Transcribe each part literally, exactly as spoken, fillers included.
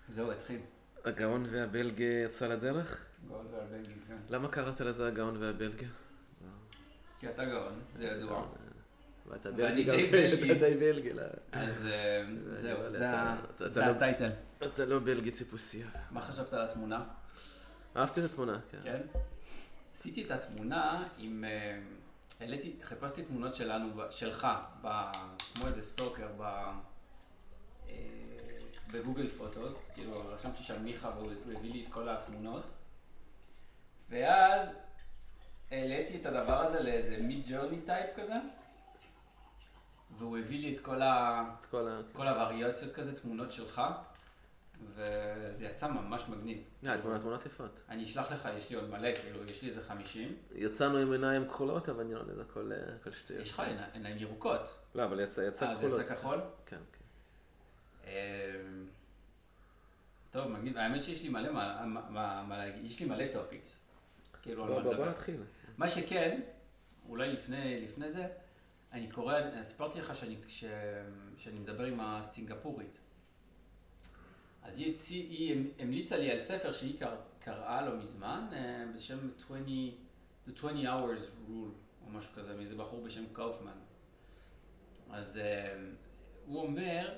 זהו, התחיל. הגאון והבלגי יצא לדרך? גאון והבלגי, כן. למה קראת לזה הגאון והבלגי? כי אתה גאון, זה ידוע. ואתה ואני בלגי גם די כן, בלגי. אתה די בלגי. לא. אז אה, זהו, אבל זה אתה- ה- אתה- זה אתה לא- הטייטל. אתה לא בלגי ציפוסיה. מה חשבת על התמונה? אהבתי את התמונה, כן. כן. עשיתי את התמונה עם... אה, העליתי, חיפשתי תמונות שלנו, ב- שלך, ב- כמו איזה סטוקר, ב... אה, בגוגל פוטוס, כאילו רשמתי שם מיכה והוא הוא הביא לי את כל התמונות ואז העליתי את הדבר הזה לאיזה מיד ג'ורני טייפ כזה והוא הביא לי את כל, ה... את כל ה... כל הווריאציות כזה, תמונות שלך וזה יצא ממש מגניב. אה, תמונות תמונות יפות. אני אשלח לך, יש לי עוד מלא, כאילו יש לי איזה חמישים. יצאנו עם עיניים כחולות, אבל נראה לי זה הכל הכל שטויות. יש לך עיני- עיניים ירוקות. לא, אבל יצא יצא אה, זה כחולות. יצא כחול? כן, כן. אמ, טוב, מגניב, האמת שיש לי מלא מה, מה, מה, מה להגיד, יש לי מלא טופיקס. כאילו, על בוא מה בוא- בוא לדבר. נתחיל. מה שכן, אולי לפני, לפני זה, אני קורא, סיפרתי לך שאני, ש, שאני מדבר עם הסינגפורית. אז היא, הצי- היא המליצה לי על ספר שהיא קר, קראה לא מזמן, אה, בשם עשרים, The twenty hours rule, או משהו כזה, מאיזה בחור בשם קאופמן. אז אה, הוא אומר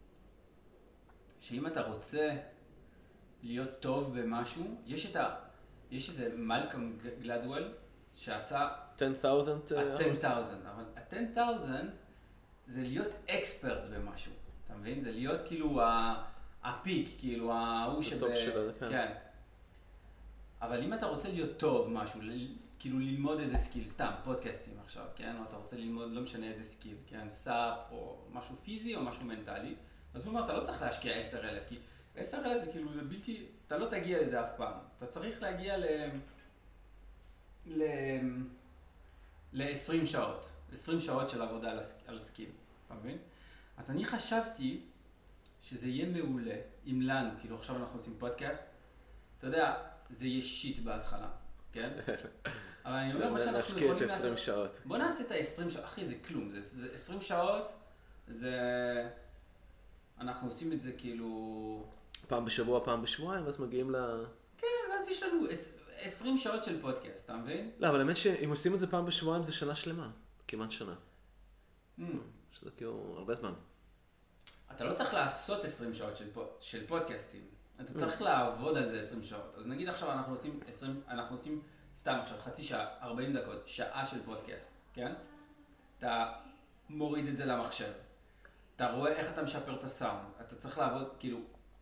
שאם אתה רוצה להיות טוב במשהו, יש את ה... יש איזה מלקום גלדוול שעשה עשרת אלפים ה-עשרת אלפים, אבל ה-עשרת אלפים זה להיות אקספרט במשהו, אתה מבין? זה להיות כאילו ה- הפיק, כאילו ההוא שב... הטופ שלו, כן. כן. אבל אם אתה רוצה להיות טוב משהו, ל- כאילו ללמוד איזה סקיל, סתם, פודקאסטים עכשיו, כן? או אתה רוצה ללמוד, לא משנה איזה סקיל, כן? סאפ, או משהו פיזי, או משהו מנטלי, אז הוא אומר, אתה לא צריך להשקיע עשרת אלפים, כי עשרת אלפים זה כאילו, זה בלתי, אתה לא תגיע לזה אף פעם. אתה צריך להגיע ל... ל... ל-עשרים שעות, עשרים שעות של עבודה על הסק- על סקיל, אתה מבין? אז אני חשבתי שזה יהיה מעולה אם לנו, כאילו עכשיו אנחנו עושים פודקאסט, אתה יודע, זה יהיה שיט בהתחלה, כן? אבל אני אומר מה שאנחנו להשקיע יכולים את עשרים לעשות. שעות. בוא נעשה את ה-עשרים שעות, אחי זה כלום, זה, זה עשרים שעות, זה... אנחנו עושים את זה כאילו... פעם בשבוע, פעם בשבועיים, ואז מגיעים ל... כן, ואז יש לנו עש- עשרים שעות של פודקאסט, אתה מבין? לא, אבל האמת שאם עושים את זה פעם בשבועיים זה שנה שלמה. כמעט שנה. Mm. שזה כאילו הרבה זמן. אתה לא צריך לעשות עשרים שעות של, פוד, של פודקאסטים, אתה צריך לעבוד על זה עשרים שעות. אז נגיד עכשיו אנחנו עושים עשרים, אנחנו עושים סתם עכשיו חצי שעה, ארבעים דקות, שעה של פודקאסט, כן? אתה מוריד את זה למחשב, אתה רואה איך אתה משפר את הסאונד, אתה צריך לעבוד, כאילו,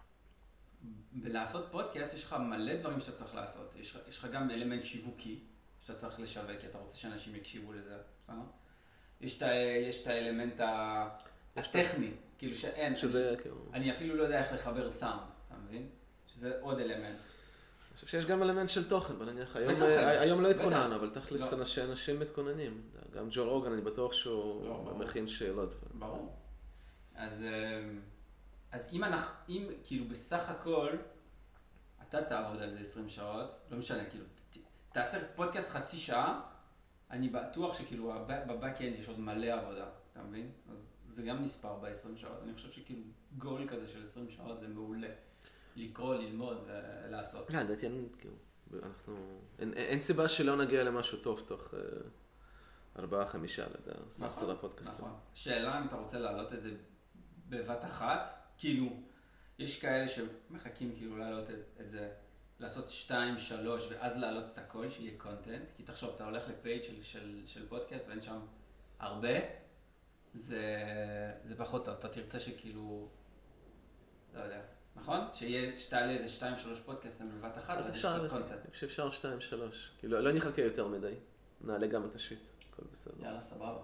בלעשות פודקאסט יש לך מלא דברים שאתה צריך לעשות. יש, לך- יש לך גם אלמנט שיווקי שאתה צריך לשווק, כי אתה רוצה שאנשים יקשיבו לזה, בסדר? יש את ה- יש את האלמנט ה- יש את הטכני, כאילו שאין. שזה כאילו... אני אפילו לא יודע איך לחבר סאונד, אתה מבין? שזה עוד אלמנט. אני חושב שיש גם אלמנט של תוכן, בוא נניח, היום, ותוכן, אה, היום לא בטח. התכוננו, אבל תכלס לא. אנשים, אנשים מתכוננים. גם ג'ו רוגן, אני בטוח לא, שהוא ברור. מכין שאלות. ברור. אז, אמ, אז אם אנחנו, אם כאילו בסך הכל, אתה תעבוד על זה עשרים שעות, לא משנה, כאילו, ת- תעשה פודקאסט חצי שעה, אני בטוח שכאילו הב- בבק-אנד יש עוד מלא עבודה, אתה מבין? אז זה גם נספר ב-עשרים שעות. אני חושב שכאילו גול כזה של עשרים שעות זה מעולה. לקרוא, ללמוד ולעשות. לא, לדעתי אין, כאילו, אנחנו, אין, אין סיבה שלא נגיע למשהו טוב תוך אה, ארבעה, חמישה, לדעת, סך של הפודקאסטים. נכון. שאלה אם אתה רוצה להעלות את זה בבת אחת, כאילו, יש כאלה שמחכים כאילו להעלות את, את זה, לעשות שתיים, שלוש, ואז להעלות את הכל, שיהיה קונטנט, כי תחשוב, אתה הולך לפייג' של, של, של פודקאסט ואין שם הרבה, זה, זה פחות טוב, אתה תרצה שכאילו, לא יודע, נכון? שיהיה, שתעלה איזה שתיים, שלוש פודקאסטים בבת אחת, אז ואז יש אפשר, קצת קונטנט. אפשר שתיים, שלוש. כאילו, לא נחכה יותר מדי. נעלה גם את השיט, הכל בסדר. יאללה, סבבה.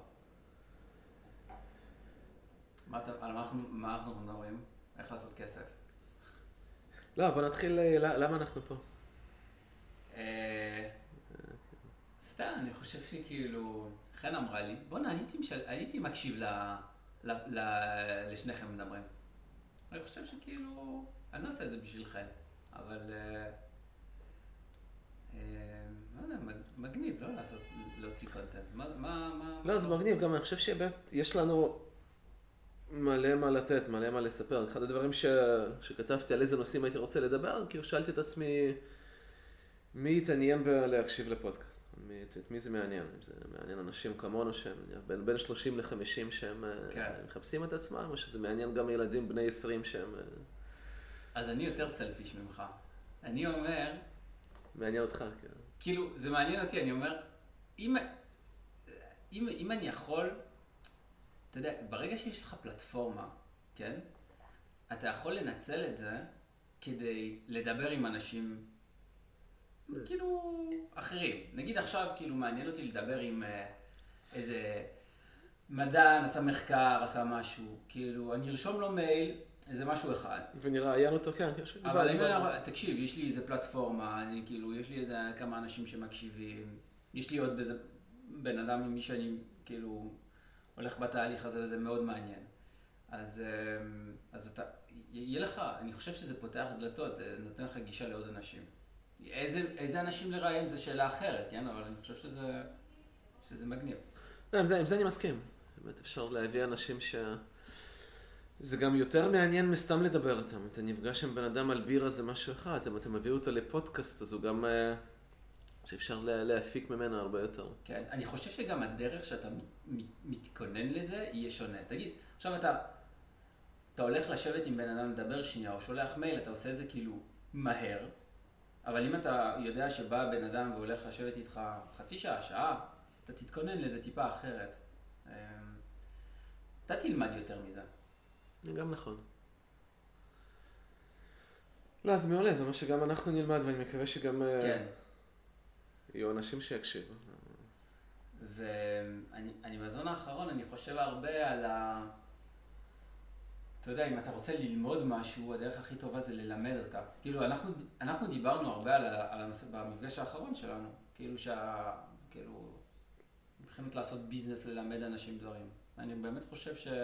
מה אתה, על מה אנחנו, מה אנחנו מדברים? איך לעשות כסף? לא, בוא נתחיל, אה, ל- למה אנחנו פה? אה, סתם, אני חושב שכאילו, חן אמרה לי, בוא'נה, הייתי, משל... הייתי מקשיב ל... ל... ל... לשניכם מדברים. אני חושב שכאילו, אני לא עושה את זה בשבילכם, אבל, אה, אה, לא יודע, מג- מגניב, לא לעשות, להוציא קונטנט. מה, מה, מה... לא, זה מגניב, גם אני חושב שיש לנו מלא מה לתת, מלא מה לספר. אחד הדברים ש... שכתבתי על איזה נושאים הייתי רוצה לדבר, כי שאלתי את עצמי מי יתעניין בלהקשיב לפודקאסט. מי, את מי זה מעניין? אם זה מעניין אנשים כמונו שהם בין, בין שלושים לחמישים שהם כן. מחפשים את עצמם, או שזה מעניין גם ילדים בני עשרים שהם... אז אני יותר סלפיש ממך. אני אומר... מעניין אותך, כן. כאילו, זה מעניין אותי, אני אומר, אם, אם, אם אני יכול, אתה יודע, ברגע שיש לך פלטפורמה, כן? אתה יכול לנצל את זה כדי לדבר עם אנשים, כאילו, אחרים. נגיד עכשיו, כאילו, מעניין אותי לדבר עם איזה מדען, עשה מחקר, עשה משהו. כאילו, אני ארשום לו מייל, איזה משהו אחד. ונראיין אותו, כן. אבל אם אני, תקשיב, יש לי איזה פלטפורמה, אני כאילו, יש לי איזה כמה אנשים שמקשיבים, יש לי עוד באיזה בן אדם עם מי שאני, כאילו, הולך בתהליך הזה, וזה מאוד מעניין. אז, אז אתה, יהיה לך, אני חושב שזה פותח דלתות, זה נותן לך גישה לעוד אנשים. איזה, איזה אנשים לראיין זה שאלה אחרת, כן? אבל אני חושב שזה, שזה מגניב. לא, עם זה, עם זה אני מסכים. באמת אפשר להביא אנשים ש... זה גם יותר מעניין מסתם לדבר איתם. אתה נפגש עם בן אדם על בירה זה משהו אחד, אם אתה מביא אותו לפודקאסט, אז הוא גם... שאפשר להפיק ממנו הרבה יותר. כן, אני חושב שגם הדרך שאתה מתכונן לזה יהיה שונה. תגיד, עכשיו אתה, אתה הולך לשבת עם בן אדם לדבר שנייה, או שולח מייל, אתה עושה את זה כאילו מהר, אבל אם אתה יודע שבא בן אדם והולך לשבת איתך חצי שעה, שעה, אתה תתכונן לזה טיפה אחרת. אתה תלמד יותר מזה. זה גם נכון. לא, זה מעולה, זה אומר שגם אנחנו נלמד, ואני מקווה שגם כן. יהיו אנשים שיקשיבו. ואני בזמן האחרון, אני חושב הרבה על ה... אתה יודע, אם אתה רוצה ללמוד משהו, הדרך הכי טובה זה ללמד אותה. כאילו, אנחנו, אנחנו דיברנו הרבה על, על הנושא במפגש האחרון שלנו. כאילו שה... כאילו... מבחינת לעשות ביזנס, ללמד אנשים דברים. אני באמת חושב ש...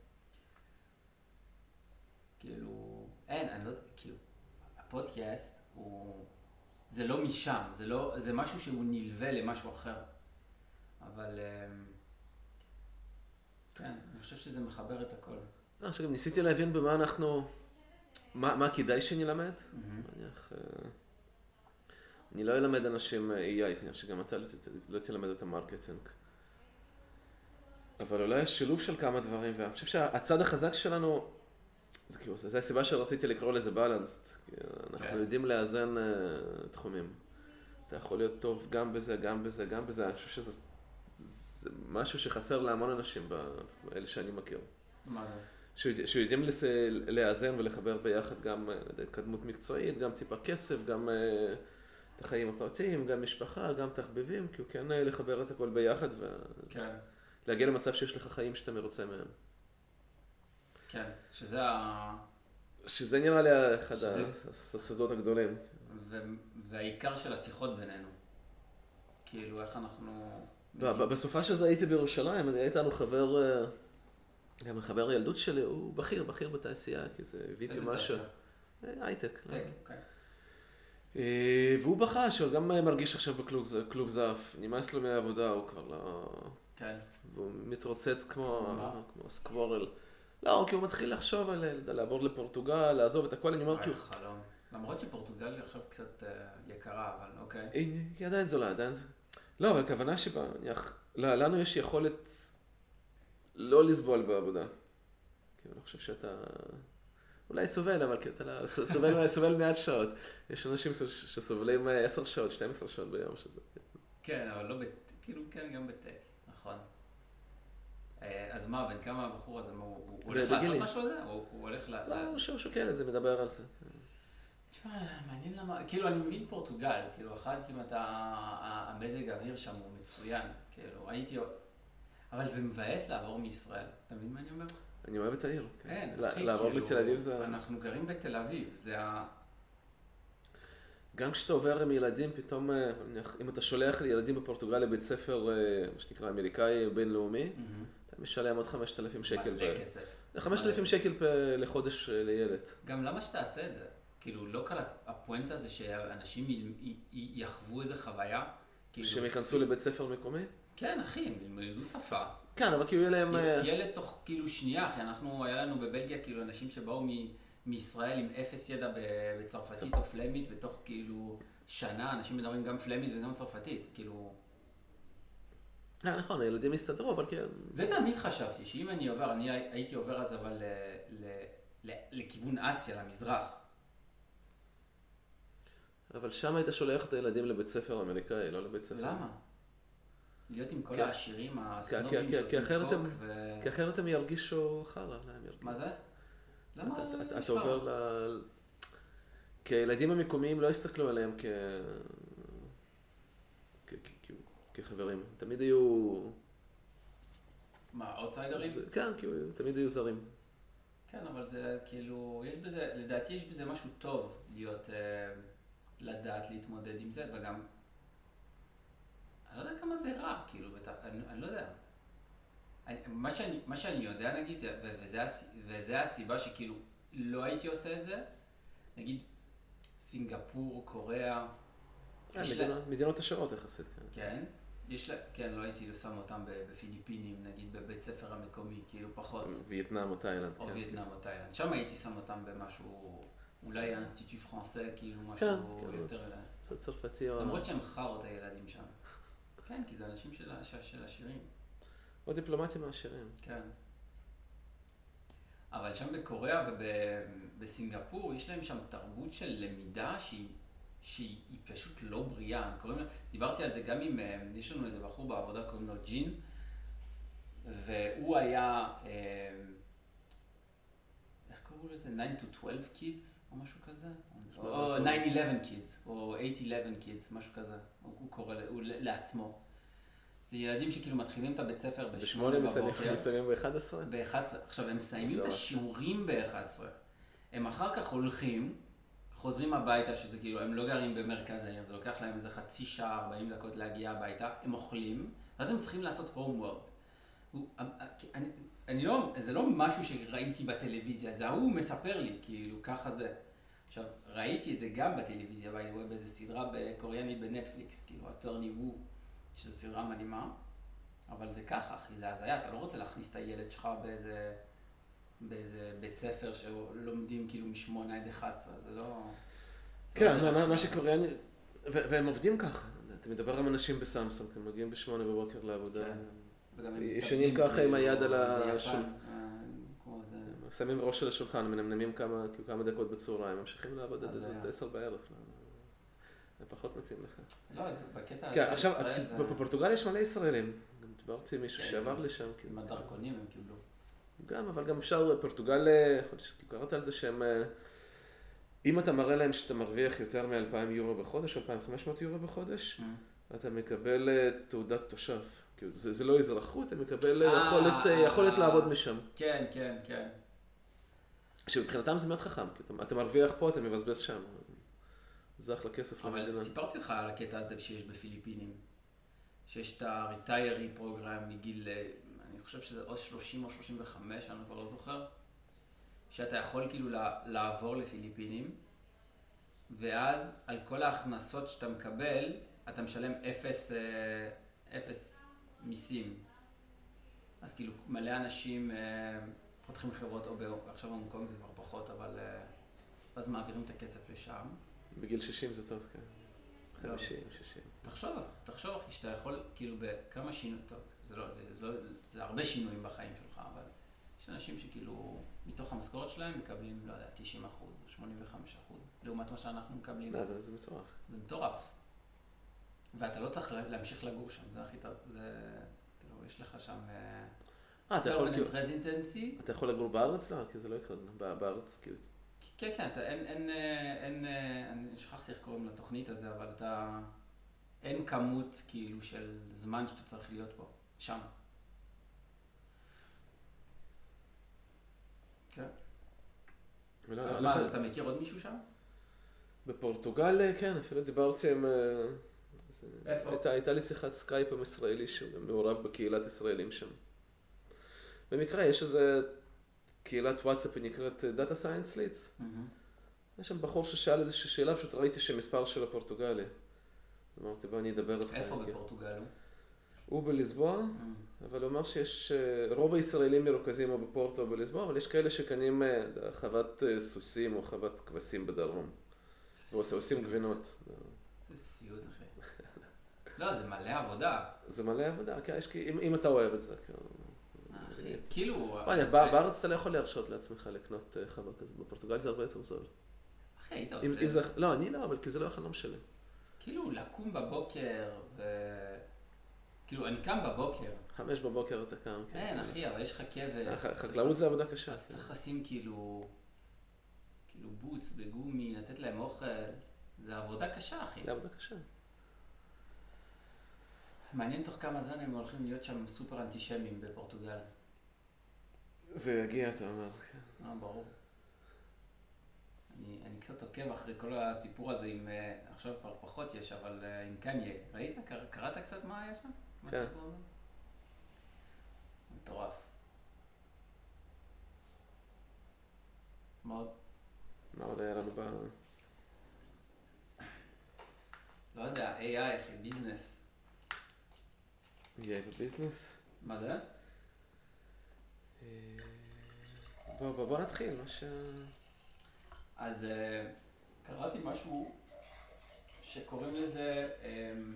כאילו... אין, אני לא... כאילו... הפודקאסט הוא... זה לא משם, זה לא... זה משהו שהוא נלווה למשהו אחר. אבל... כן, אני חושב שזה מחבר את הכל. עכשיו, ניסיתי להבין במה אנחנו... מה, מה כדאי שנלמד? Mm-hmm. אני לא אלמד אנשים איי איי, כנראה שגם אתה לא תלמד את המרקטינג. אבל אולי שילוב של כמה דברים, ואני חושב שהצד החזק שלנו, זה כאילו, זה הסיבה שרציתי לקרוא לזה בלנסט, כי אנחנו כן. יודעים לאזן uh, תחומים. אתה יכול להיות טוב גם בזה, גם בזה, גם בזה, אני חושב שזה זה משהו שחסר להמון אנשים, באלה שאני מכיר. מה זה? שיודעים לאזן ולחבר ביחד גם התקדמות מקצועית, גם טיפה כסף, גם את החיים הפרטיים, גם משפחה, גם תחביבים, כי הוא כן לחבר את הכל ביחד ולהגיע למצב שיש לך חיים שאתה מרוצה מהם. כן, שזה ה... שזה נראה לי אחד הסודות הגדולים. והעיקר של השיחות בינינו. כאילו, איך אנחנו... בסופה שזה הייתי בירושלים, הייתי לנו חבר... גם החבר הילדות שלי הוא בכיר, בכיר בתעשייה, כי זה הביא לי משהו. איזה הייטק. תעשייה? אוקיי. והוא בכה שהוא גם מרגיש עכשיו בכלוב זף, נמאס לו מהעבודה, הוא כבר לא... כן. והוא מתרוצץ כמו סקוורל. לא, כי הוא מתחיל לחשוב על לעבור לפורטוגל, לעזוב את הכל, אני אומר כאילו... חלום. למרות שפורטוגל עכשיו קצת יקרה, אבל אוקיי. היא עדיין זולה, עדיין... לא, אבל הכוונה שבה... לנו יש יכולת... לא לסבול בעבודה. כי אני חושב שאתה אולי סובל, אבל כי אתה סובל, סובל מעט שעות. יש אנשים שסובלים עשר שעות, שתים עשרה שעות ביום שזה. כן, אבל לא, כאילו, כן, גם בטק, נכון. אז מה, בין כמה הבחור הזה, הוא הולך לעשות משהו על זה? הוא הולך ל... לא, הוא שוקל את זה, מדבר על זה. תשמע, מעניין למה, כאילו, אני מבין פורטוגל, כאילו, אחד כמעט המזג האוויר שם הוא מצוין, כאילו, הייתי... אבל זה מבאס לעבור מישראל. אתה מבין מה אני אומר? אני אוהב את העיר. כן, אחי, לעבור בתל אביב זה... אנחנו גרים בתל אביב, זה ה... גם כשאתה עובר עם ילדים, פתאום, אם אתה שולח ילדים בפורטוגל לבית ספר, מה שנקרא, אמריקאי בינלאומי, אתה משלם עוד חמשת אלפים שקל. מלא כסף. חמשת אלפים שקל לחודש לילד. גם למה שתעשה את זה? כאילו, לא כל הפואנט הזה שאנשים יחוו איזה חוויה. שהם ייכנסו לבית ספר מקומי? כן, אחי, הם ילמדו שפה. כן, אבל כאילו יהיה להם... ילד תוך כאילו שנייה, אחי, אנחנו, היה לנו בבלגיה כאילו אנשים שבאו מ... מישראל עם אפס ידע בצרפתית או פלמית, ותוך כאילו שנה אנשים מדברים גם פלמית וגם צרפתית, כאילו... אה, נכון, הילדים יסתדרו, אבל כן... זה תמיד חשבתי, שאם אני עובר, אני הייתי עובר אז אבל ל... ל... ל... לכיוון אסיה, למזרח. אבל שם היית שולח את הילדים לבית ספר אמריקאי, לא לבית ספר... למה? להיות עם כל העשירים, הסנובים כי שעושים קוק ו... כי אחרת הם ירגישו חרא. מה זה? למה? אתה עובר ל... כי הילדים המקומיים לא הסתכלו עליהם כ... כחברים. תמיד היו... מה, אאוטסיידרים? כן, תמיד היו זרים. כן, אבל זה כאילו, יש בזה, לדעתי יש בזה משהו טוב להיות, לדעת להתמודד עם זה, וגם, אני לא יודע כמה זה רע, כאילו, אני, אני לא יודע. אני, מה, שאני, מה שאני יודע, נגיד, וזה, וזה הסיבה שכאילו לא הייתי עושה את זה, נגיד, סינגפור, קוריאה. מדינות, מדינות עשירות יחסית, כן. כן, יש לה, כן, לא הייתי שם אותם בפיליפינים, נגיד, בבית ספר המקומי, כאילו פחות. וייטנאם או תאילנד. או כן. וייטנאם או תאילנד. שם הייתי שם אותם במשהו, אולי האינסטיטוט פרנסה, כאילו משהו כן, יותר... כן, צרפתי או... למרות שהם חרות הילדים שם. כן, כי זה אנשים של, של השירים. או דיפלומטים העשירים. כן. אבל שם בקוריאה ובסינגפור, יש להם שם תרבות של למידה שהיא, שהיא פשוט לא בריאה. קוראים לה, דיברתי על זה גם עם, יש לנו איזה בחור בעבודה, קוראים לו ג'ין, והוא היה, איך קראו לזה? nine to twelve kids או משהו כזה? או nine eleven kids, או eight eleven kids, משהו כזה. הוא קורא לעצמו. זה ילדים שכאילו מתחילים את הבית ספר בשמונה בבוקר. מסיימים ב-אחת עשרה? ב-אחת עשרה. עכשיו, הם מסיימים את השיעורים ב-אחת עשרה. הם אחר כך הולכים, חוזרים הביתה, שזה כאילו, הם לא גרים במרכז העיר, זה לוקח להם איזה חצי שעה, ארבעים דקות להגיע הביתה, הם אוכלים, ואז הם צריכים לעשות homework. אני, אני לא, זה לא משהו שראיתי בטלוויזיה, זה הוא מספר לי, כאילו, ככה זה. עכשיו, ראיתי את זה גם בטלוויזיה, באיזה סדרה קוריאנית בנטפליקס, כאילו, הטורני וו. שזו סדרה מדהימה, אבל זה ככה, אחי, זה הזיה, אתה לא רוצה להכניס את הילד שלך באיזה, באיזה בית ספר שלומדים כאילו משמונה עד אחת עשרה, זה לא... כן, מה שקוריאני, והם עובדים ככה, אתה מדבר עם אנשים בסמסונג, הם מגיעים בשמונה בבוקר לעבודה, ישנים ככה עם היד על השולחן, שמים ראש על השולחן, מנמנמים כמה דקות בצהריים, ממשיכים לעבוד עד איזה עשר בערב. זה פחות מתאים לך. לא, זה בקטע של ישראל זה... בפורטוגל יש מלא ישראלים. גם דיברתי עם מישהו שעבר לשם. עם הדרכונים הם קיבלו. גם, אבל גם אפשר, פורטוגל, קראת על זה שהם... אם אתה מראה להם שאתה מרוויח יותר מ-אלפיים יורו בחודש, אלפיים וחמש מאות יורו בחודש, אתה מקבל תעודת תושב. זה לא אזרחות, אתה מקבל יכולת לעבוד משם. כן, כן, כן. שמבחינתם זה מאוד חכם, אתה מרוויח פה, אתה מבזבז שם. זה אחלה כסף למדינה. אבל סיפרתי לך על הקטע הזה שיש בפיליפינים, שיש את ה-retiree program מגיל, אני חושב שזה או שלושים או שלושים וחמש, אני כבר לא זוכר, שאתה יכול כאילו לעבור לפיליפינים, ואז על כל ההכנסות שאתה מקבל, אתה משלם אפס, אפס מיסים. אז כאילו מלא אנשים פותחים חברות, או עכשיו בהונג קונג זה כבר פחות, אבל אז מעבירים את הכסף לשם. בגיל שישים זה טוב, כן. חמישים, שישים. תחשוב, תחשוב אחי, שאתה יכול, כאילו, בכמה שינויים, טוב, זה לא, זה, זה לא, זה הרבה שינויים בחיים שלך, אבל יש אנשים שכאילו, מתוך המשכורת שלהם מקבלים, לא יודע, תשעים אחוז, שמונים וחמישה אחוז, לעומת מה שאנחנו מקבלים. לא, זה, זה מטורף. זה מטורף. ואתה לא צריך להמשיך לגור שם, זה הכי טוב, זה, כאילו, יש לך שם... אה, אתה יכול... permanent residency. אתה יכול לגור בארץ? לא, כי זה לא יקרה, בארץ, כאילו... כן, כן, אתה, אין, אין, אין, אני שכחתי איך קוראים לתוכנית הזה, אבל אתה, אין כמות כאילו של זמן שאתה צריך להיות פה, שם. כן. אז מה, אז אתה מכיר עוד מישהו שם? בפורטוגל, כן, אפילו דיברתי עם... איפה? הייתה, הייתה לי שיחת סקייפ עם ישראלי שהוא מעורב בקהילת ישראלים שם. במקרה, יש איזה... קהילת וואטסאפ היא נקראת דאטה סיינס לידס. יש שם בחור ששאל איזושהי שאלה, פשוט ראיתי שמספר שלו פורטוגלי. אמרתי, בוא אני אדבר איתך. איפה בפורטוגל הוא? הוא בליסבוע, אבל הוא אומר שיש, רוב הישראלים מרוכזים או בפורטו או בליסבוע, אבל יש כאלה שקנים חוות סוסים או חוות כבשים בדרום. ועושים גבינות. זה סיוט, אחי. לא, זה מלא עבודה. זה מלא עבודה, אם אתה אוהב את זה. אחי, כאילו... בארץ אתה לא יכול להרשות לעצמך לקנות חווה כזאת, בפורטוגל זה הרבה יותר זול. אחי, היית עושה... לא, אני לא, אבל כי זה לא החלום שלי. כאילו, לקום בבוקר ו... כאילו, אני קם בבוקר. חמש בבוקר אתה קם. כן, אחי, אבל יש לך כבש. חקלאות זה עבודה קשה. אתה צריך לשים כאילו... כאילו בוץ בגומי, לתת להם אוכל. זה עבודה קשה, אחי. זה עבודה קשה. מעניין תוך כמה זמן הם הולכים להיות שם סופר אנטישמים בפורטוגל. זה יגיע, אתה אומר. אה, ברור. אני, אני קצת עוקב אחרי כל הסיפור הזה עם, עכשיו כבר פחות יש, אבל עם קניה. ראית? קר, קראת קצת מה היה שם? מה כן. הסיפור הזה? מטורף. מה עוד? מה עוד היה לנו ב... לא יודע, איי איי, אחי, ביזנס. איי איי וביזנס? מה זה? בוא, בוא, בוא נתחיל, מה ש... אז uh, קראתי משהו שקוראים לזה um,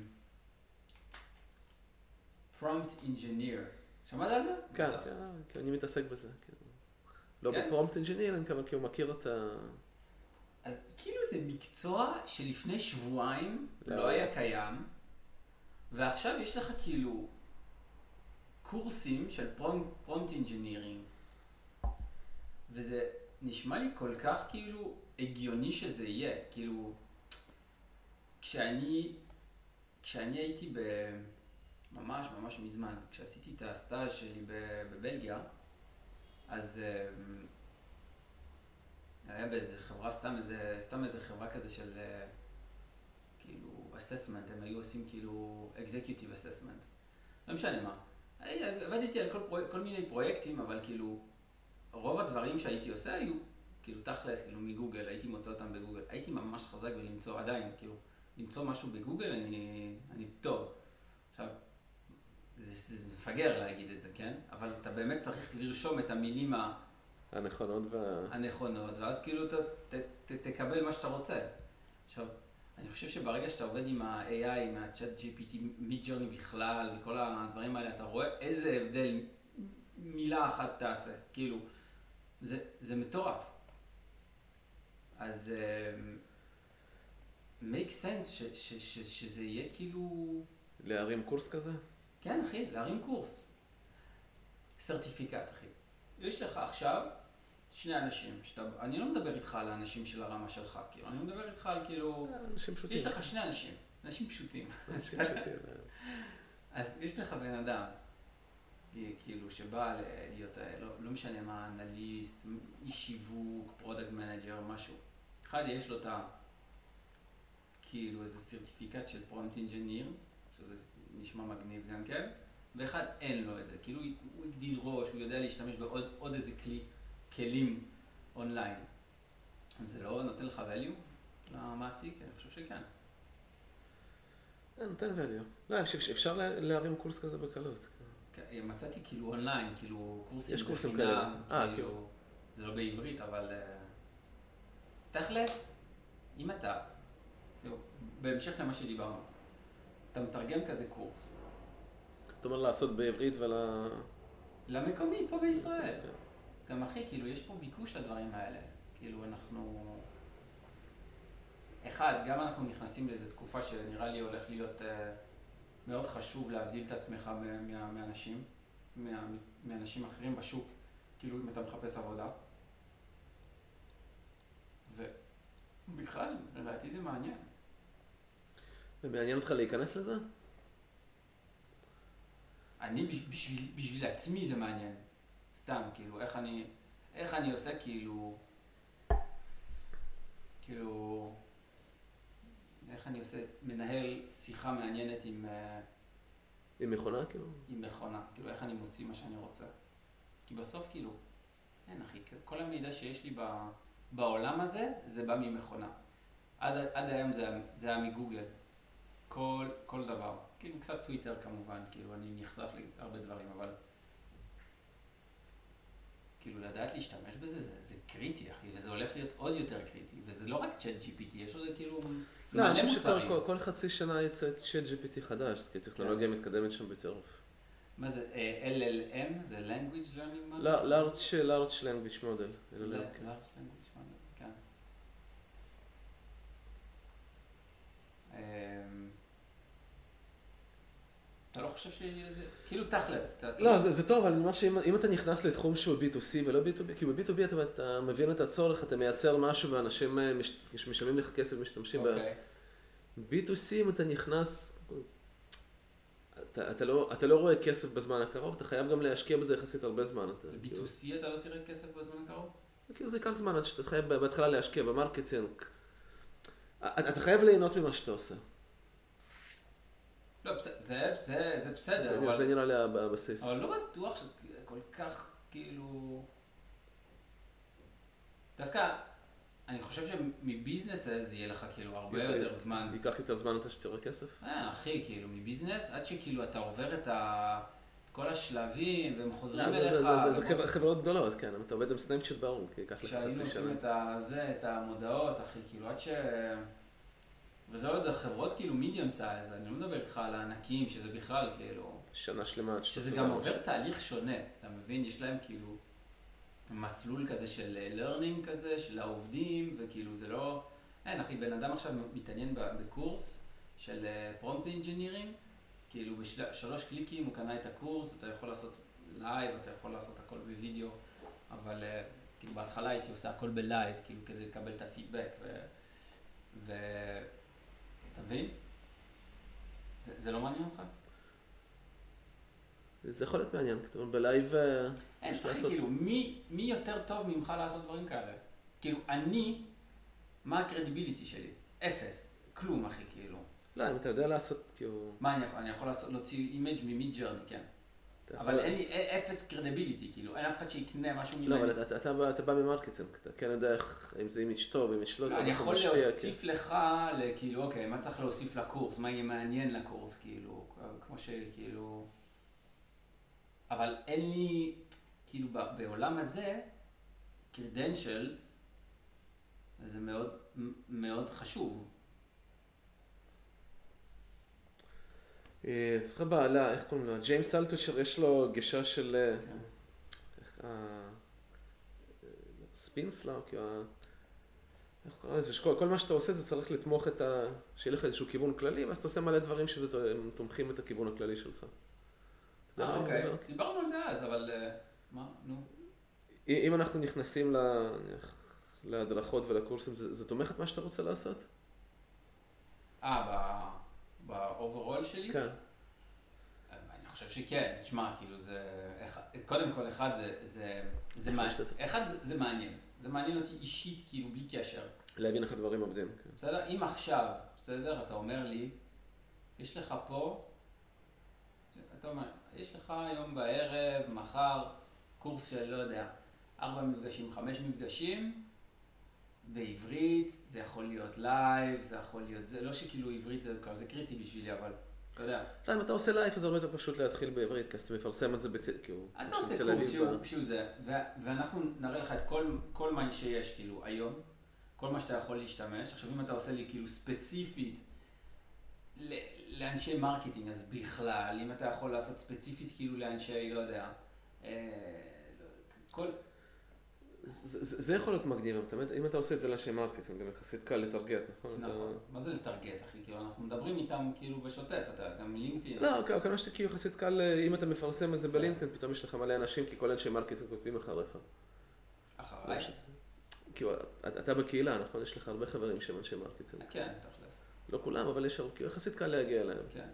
prompt engineer. שמעת על זה? כן, כן, כן, אני מתעסק בזה. כן. לא כן? בפרומפט אינג'יניר, כי הוא מכיר את ה... אז כאילו זה מקצוע שלפני שבועיים לא, לא היה קיים, ועכשיו יש לך כאילו קורסים של prompt engineering, וזה נשמע לי כל כך כאילו הגיוני שזה יהיה, כאילו כשאני, כשאני הייתי ב... ממש ממש מזמן, כשעשיתי את הסטאז' שלי בבלגיה, אז היה באיזה חברה, סתם איזה, סתם איזה חברה כזה של כאילו assessment, הם היו עושים כאילו executive assessment, לא משנה מה. עבדתי על כל, פרויק, כל מיני פרויקטים, אבל כאילו רוב הדברים שהייתי עושה היו כאילו תכלס, כאילו מגוגל, הייתי מוצא אותם בגוגל. הייתי ממש חזק בלמצוא עדיין, כאילו למצוא משהו בגוגל אני, אני טוב. עכשיו, זה, זה מפגר להגיד את זה, כן? אבל אתה באמת צריך לרשום את המילים הנכונות וה... הנכונות, ואז כאילו אתה ת, ת, תקבל מה שאתה רוצה. עכשיו, אני חושב שברגע שאתה עובד עם ה-איי איי, עם ה-Chat ג'י פי טי, Midjourney בכלל, וכל הדברים האלה, אתה רואה איזה הבדל מילה אחת תעשה. כאילו, זה, זה מטורף. אז uh, make sense ש, ש, ש, שזה יהיה כאילו... להרים קורס כזה? כן, אחי, להרים קורס. סרטיפיקט, אחי. יש לך עכשיו שני אנשים, שאתה, אני לא מדבר איתך על האנשים של הרמה שלך, כאילו, אני מדבר איתך על כאילו... אנשים פשוטים. יש לך שני אנשים, אנשים פשוטים. אנשים פשוטים. אז יש לך בן אדם, כאילו, שבא להיות, לא, לא משנה מה, אנליסט, איש שיווק, פרודקט מנג'ר, משהו. אחד יש לו את ה... כאילו, איזה סרטיפיקט של פרומפט אינג'יניר, שזה נשמע מגניב גם כן, ואחד אין לו את זה. כאילו, הוא הגדיל ראש, הוא יודע להשתמש בעוד עוד איזה כלי, כלים אונליין. זה לא נותן לך value למעסיק? אני חושב שכן. נותן value. לא, אפשר להרים קורס כזה בקלות. מצאתי כאילו אונליין, כאילו קורסים בחינם, כאילו, כאילו, זה לא בעברית, אבל תכלס, אם אתה, כאילו, בהמשך למה שדיברנו, אתה מתרגם כזה קורס. זאת אומרת לעשות בעברית ול... למקומי פה בישראל. גם אחי, כאילו, יש פה ביקוש לדברים האלה. כאילו, אנחנו... אחד, גם אנחנו נכנסים לאיזו תקופה שנראה לי הולך להיות... מאוד חשוב להבדיל את עצמך מאנשים, מאנשים אחרים בשוק, כאילו אם אתה מחפש עבודה. ובכלל, לדעתי זה מעניין. ומעניין אותך להיכנס לזה? אני, בשביל, בשביל עצמי זה מעניין. סתם, כאילו, איך אני, איך אני עושה, כאילו, כאילו, איך אני עושה, מנהל שיחה מעניינת עם... עם מכונה, כאילו? עם מכונה, כאילו, איך אני מוציא מה שאני רוצה. כי בסוף, כאילו, אין, אחי, כל המידע שיש לי בעולם הזה, זה בא ממכונה. עד, עד היום זה, זה היה מגוגל. כל, כל דבר. כאילו קצת טוויטר כמובן, כאילו אני נחשף להרבה דברים, אבל כאילו לדעת להשתמש בזה, זה, זה קריטי, אחי, וזה הולך להיות עוד יותר קריטי, וזה לא רק צ'אט ג'י פי טי, יש עוד כאילו לא, מלא אני חושב מוצרים. שכל כל חצי שנה יצא צ'אט ג'י פי טי חדש, כי הטכנולוגיה מתקדמת שם בטירוף. מה זה, אל אל אם? זה Language Learning Model? לא, Large Language Model. Large Language Model, כן. אתה לא חושב שזה, כאילו תכלס. לא, זה טוב, אבל אני אומר שאם אתה נכנס לתחום שהוא בי טו סי ולא בי טו בי, כי ב-בי טו בי אתה מבין את הצורך, אתה מייצר משהו ואנשים משלמים לך כסף ומשתמשים ב-בי טו סי, אם אתה נכנס, אתה לא רואה כסף בזמן הקרוב, אתה חייב גם להשקיע בזה יחסית הרבה זמן. ב-בי טו סי אתה לא תראה כסף בזמן הקרוב? כאילו זה ייקח זמן, אתה חייב בהתחלה להשקיע במרקטינג. אתה חייב ליהנות ממה שאתה עושה. לא, זה, זה, זה בסדר, אבל... זה נראה לי הבסיס. אבל לא בטוח שזה כל כך, כאילו... דווקא, אני חושב שמביזנס אז יהיה לך כאילו הרבה יותר, יותר זמן. ייקח יותר זמן אתה שתראה כסף? אה, אחי, כאילו, מביזנס, עד שכאילו אתה עובר את ה... כל השלבים, והם חוזרים לא, אליך. זה, זה, זה, זה חברות גדולות, כן, אתה עובד עם סנאפצ'אט ברור, כי ייקח לך חצי שנה. כשהיינו עושים את זה, את המודעות, אחי, כאילו, עד ש... וזה עוד החברות כאילו מידיום סייז, אני לא מדבר איתך על הענקים, שזה בכלל כאילו... שנה שלמה. שזה גם עובר תהליך שונה, אתה מבין? יש להם כאילו מסלול כזה של learning כזה, של העובדים, וכאילו זה לא... אין, אחי, בן אדם עכשיו מתעניין בקורס של פרומפט אינג'ינירים, כאילו בשלוש קליקים הוא קנה את הקורס, אתה יכול לעשות לייב, אתה יכול לעשות הכל בווידאו, אבל כאילו בהתחלה הייתי עושה הכל בלייב, כאילו כדי לקבל את הפידבק, ו... ו... אתה מבין? זה, זה לא מעניין אותך? זה יכול להיות מעניין, כתוב, בלייב... אין, אחי, לעשות... כאילו, מי, מי יותר טוב ממך לעשות דברים כאלה? כאילו, אני, מה הקרדיביליטי שלי? אפס, כלום, אחי, כאילו. לא, אם אתה יודע לעשות, כאילו... מה אני יכול? אני יכול לעשות, להוציא אימג' ממיד ג'רני, כן. אבל יכול... אין לי אפס קרדיביליטי, כאילו, אין אף אחד שיקנה משהו ממני. לא, אבל אתה, אתה, אתה, אתה בא ממרקטינג, אתה כן יודע איך, אם זה אימג' טוב, אימג' לא טוב, אני יכול להוסיף כן. לך, כאילו, אוקיי, מה צריך להוסיף לקורס? מה יהיה מעניין לקורס, כאילו, כמו שכאילו... אבל אין לי, כאילו, בעולם הזה, credentials, זה מאוד, מאוד חשוב. אתה זוכר בעלה, איך קוראים לו? ג'יימס אלטושר, יש לו גישה של... ספינסלר, כל מה שאתה עושה זה צריך לתמוך את ה... שיהיה לך איזשהו כיוון כללי, ואז אתה עושה מלא דברים שתומכים את הכיוון הכללי שלך. אה, אוקיי. דיברנו על זה אז, אבל... מה? נו. אם אנחנו נכנסים להדרכות ולקורסים, זה תומך את מה שאתה רוצה לעשות? אה, באוברול שלי? כן. אני חושב שכן. תשמע, כאילו זה... קודם כל, אחד זה מעניין. אחד זה מעניין. זה מעניין אותי אישית, כאילו, בלי קשר. להבין איך הדברים עובדים. בסדר? אם עכשיו, בסדר, אתה אומר לי, יש לך פה... אתה אומר, יש לך היום בערב, מחר, קורס של, לא יודע, ארבע מפגשים, חמש מפגשים, בעברית, זה יכול להיות לייב, זה יכול להיות, זה לא שכאילו עברית זה, זה קריטי בשבילי, אבל אתה יודע. לא, אם אתה עושה לייב, אז הרבה יותר פשוט להתחיל בעברית, כי אז אתה מפרסם את זה כאילו. אתה עושה קורס שהוא, שהוא זה, ואנחנו נראה לך את כל, כל מה שיש כאילו היום, כל מה שאתה יכול להשתמש. עכשיו אם אתה עושה לי כאילו ספציפית, לאנשי מרקטינג, אז בכלל, אם אתה יכול לעשות ספציפית כאילו לאנשי, לא יודע, כל... זה, זה יכול להיות מגניב, אם אתה עושה את זה לאנשי מרקטינג, גם יחסית קל לטרגט, נכון? נכון, מה זה לטרגט, אחי? כאילו, אנחנו מדברים איתם כאילו בשוטף, אתה גם לינקדאין. לא, כמה שאתה כאילו יחסית קל, אם אתה מפרסם את זה בלינקדאין, פתאום יש לך מלא אנשים, כי כל אנשי מרקטינג כותבים אחריך. אחריי? כאילו, אתה בקהילה, נכון? יש לך הרבה חברים שהם אנשי מרקטינג. כן, תכלס. לא כולם, אבל יש יחסית קל להגיע אליהם. כן.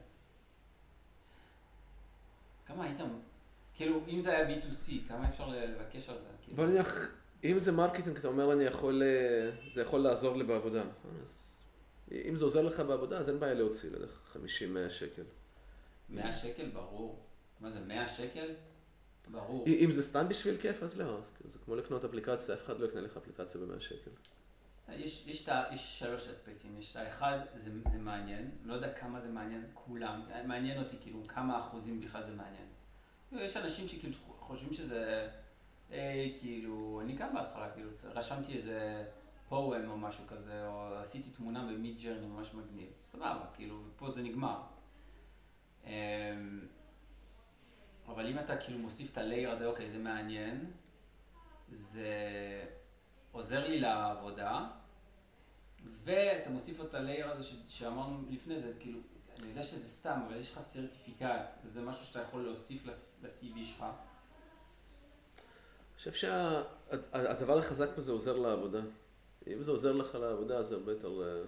כמה הייתם? כאילו, אם זה היה בי טו סי, כמה אפשר לבקש על זה? בוא נניח, אם זה מרקטינג, אתה אומר, אני יכול, זה יכול לעזור לי בעבודה, נכון? אז אם זה עוזר לך בעבודה, אז אין בעיה להוציא, לדרך חמישים מאה שקל. מאה שקל? ברור. מה זה, מאה שקל? ברור. אם זה סתם בשביל כיף, אז לא. זה כמו לקנות אפליקציה, אף אחד לא יקנה לך אפליקציה ב-מאה שקל. יש, יש, את יש שלוש אספקטים, יש את האחד, זה, זה מעניין, לא יודע כמה זה מעניין, כולם, מעניין אותי כאילו כמה אחוזים בכלל זה מעניין. יש אנשים שכאילו חושבים שזה, אה, כאילו, אני גם בהתחלה, כאילו, רשמתי איזה פואם או משהו כזה, או עשיתי תמונה במיד ג'רני ממש מגניב, סבבה, כאילו, ופה זה נגמר. אבל אם אתה כאילו מוסיף את הלייר הזה, אוקיי, זה מעניין, זה עוזר לי לעבודה, ואתה מוסיף את הלייר הזה ש- שאמרנו לפני זה, כאילו, אני יודע שזה סתם, אבל יש לך סרטיפיקט, וזה משהו שאתה יכול להוסיף ל-סי וי שלך. אני חושב שהדבר החזק בזה עוזר לעבודה. אם זה עוזר לך לעבודה, אז זה הרבה יותר...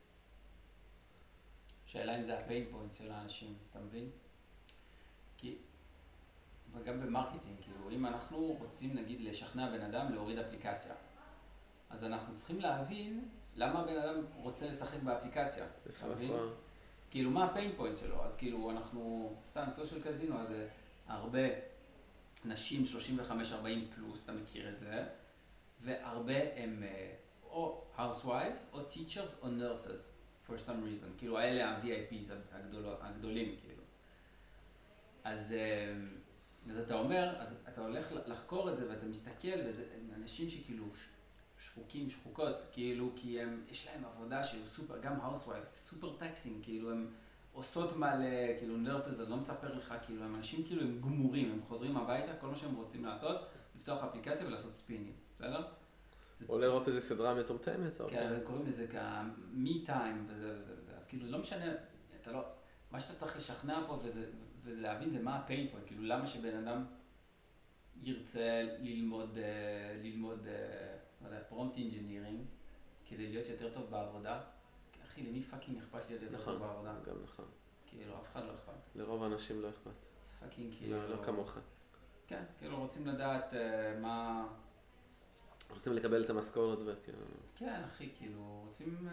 שאלה אם זה הפיין פוינט של האנשים, אתה מבין? כי, וגם במרקטינג, כאילו, אם אנחנו רוצים, נגיד, לשכנע בן אדם להוריד אפליקציה, אז אנחנו צריכים להבין למה הבן אדם רוצה לשחק באפליקציה, אתה מבין? כאילו, מה הפיין פוינט שלו? אז כאילו, אנחנו, סתם, סושיאל קזינו, אז הרבה נשים שלושים וחמש ארבעים פלוס, אתה מכיר את זה, והרבה הם או housewives, או teachers, או nurses, for some reason. כאילו, האלה ה-וי איי פי'ס הגדול, הגדולים, כאילו. אז, אז אתה אומר, אז אתה הולך לחקור את זה, ואתה מסתכל, וזה אנשים שכאילו שחוקים, שחוקות, כאילו, כי הם, יש להם עבודה שהוא סופר, גם housewives, סופר טקסינג, כאילו, הם עושות מלא, כאילו, nurses, אני לא מספר לך, כאילו, הם אנשים כאילו, הם גמורים, הם חוזרים הביתה, כל מה שהם רוצים לעשות, לפתוח אפליקציה ולעשות ספינים, בסדר? או לראות איזה סדרה מטומטמת. כן, קוראים לזה כ-me time וזה וזה וזה, אז כאילו, לא משנה, אתה לא, מה שאתה צריך לשכנע פה וזה, וזה להבין זה מה הפיין פוינט, כאילו, למה שבן אדם ירצה ללמוד, ללמוד, לא יודע, prompt engineering, כדי להיות יותר טוב בעבודה. אחי, למי פאקינג אכפת להיות יותר טוב בעבודה? גם נכון. כאילו, אף אחד לא אכפת. לרוב האנשים לא אכפת. פאקינג כאילו... לא כמוך. כן, כאילו רוצים לדעת מה... רוצים לקבל את המשכורת וכאילו... כן, אחי, כאילו, רוצים...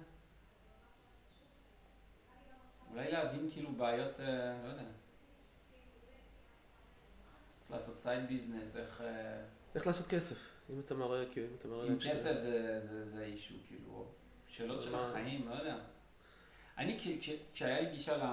אולי להבין כאילו בעיות, לא יודע. איך לעשות סייד ביזנס, איך... איך לעשות כסף, אם אתה מראה, כאילו, אם אתה מראה... עם כסף זה אישו, כאילו, שאלות של החיים, לא יודע. אני, כשהיה לי גישה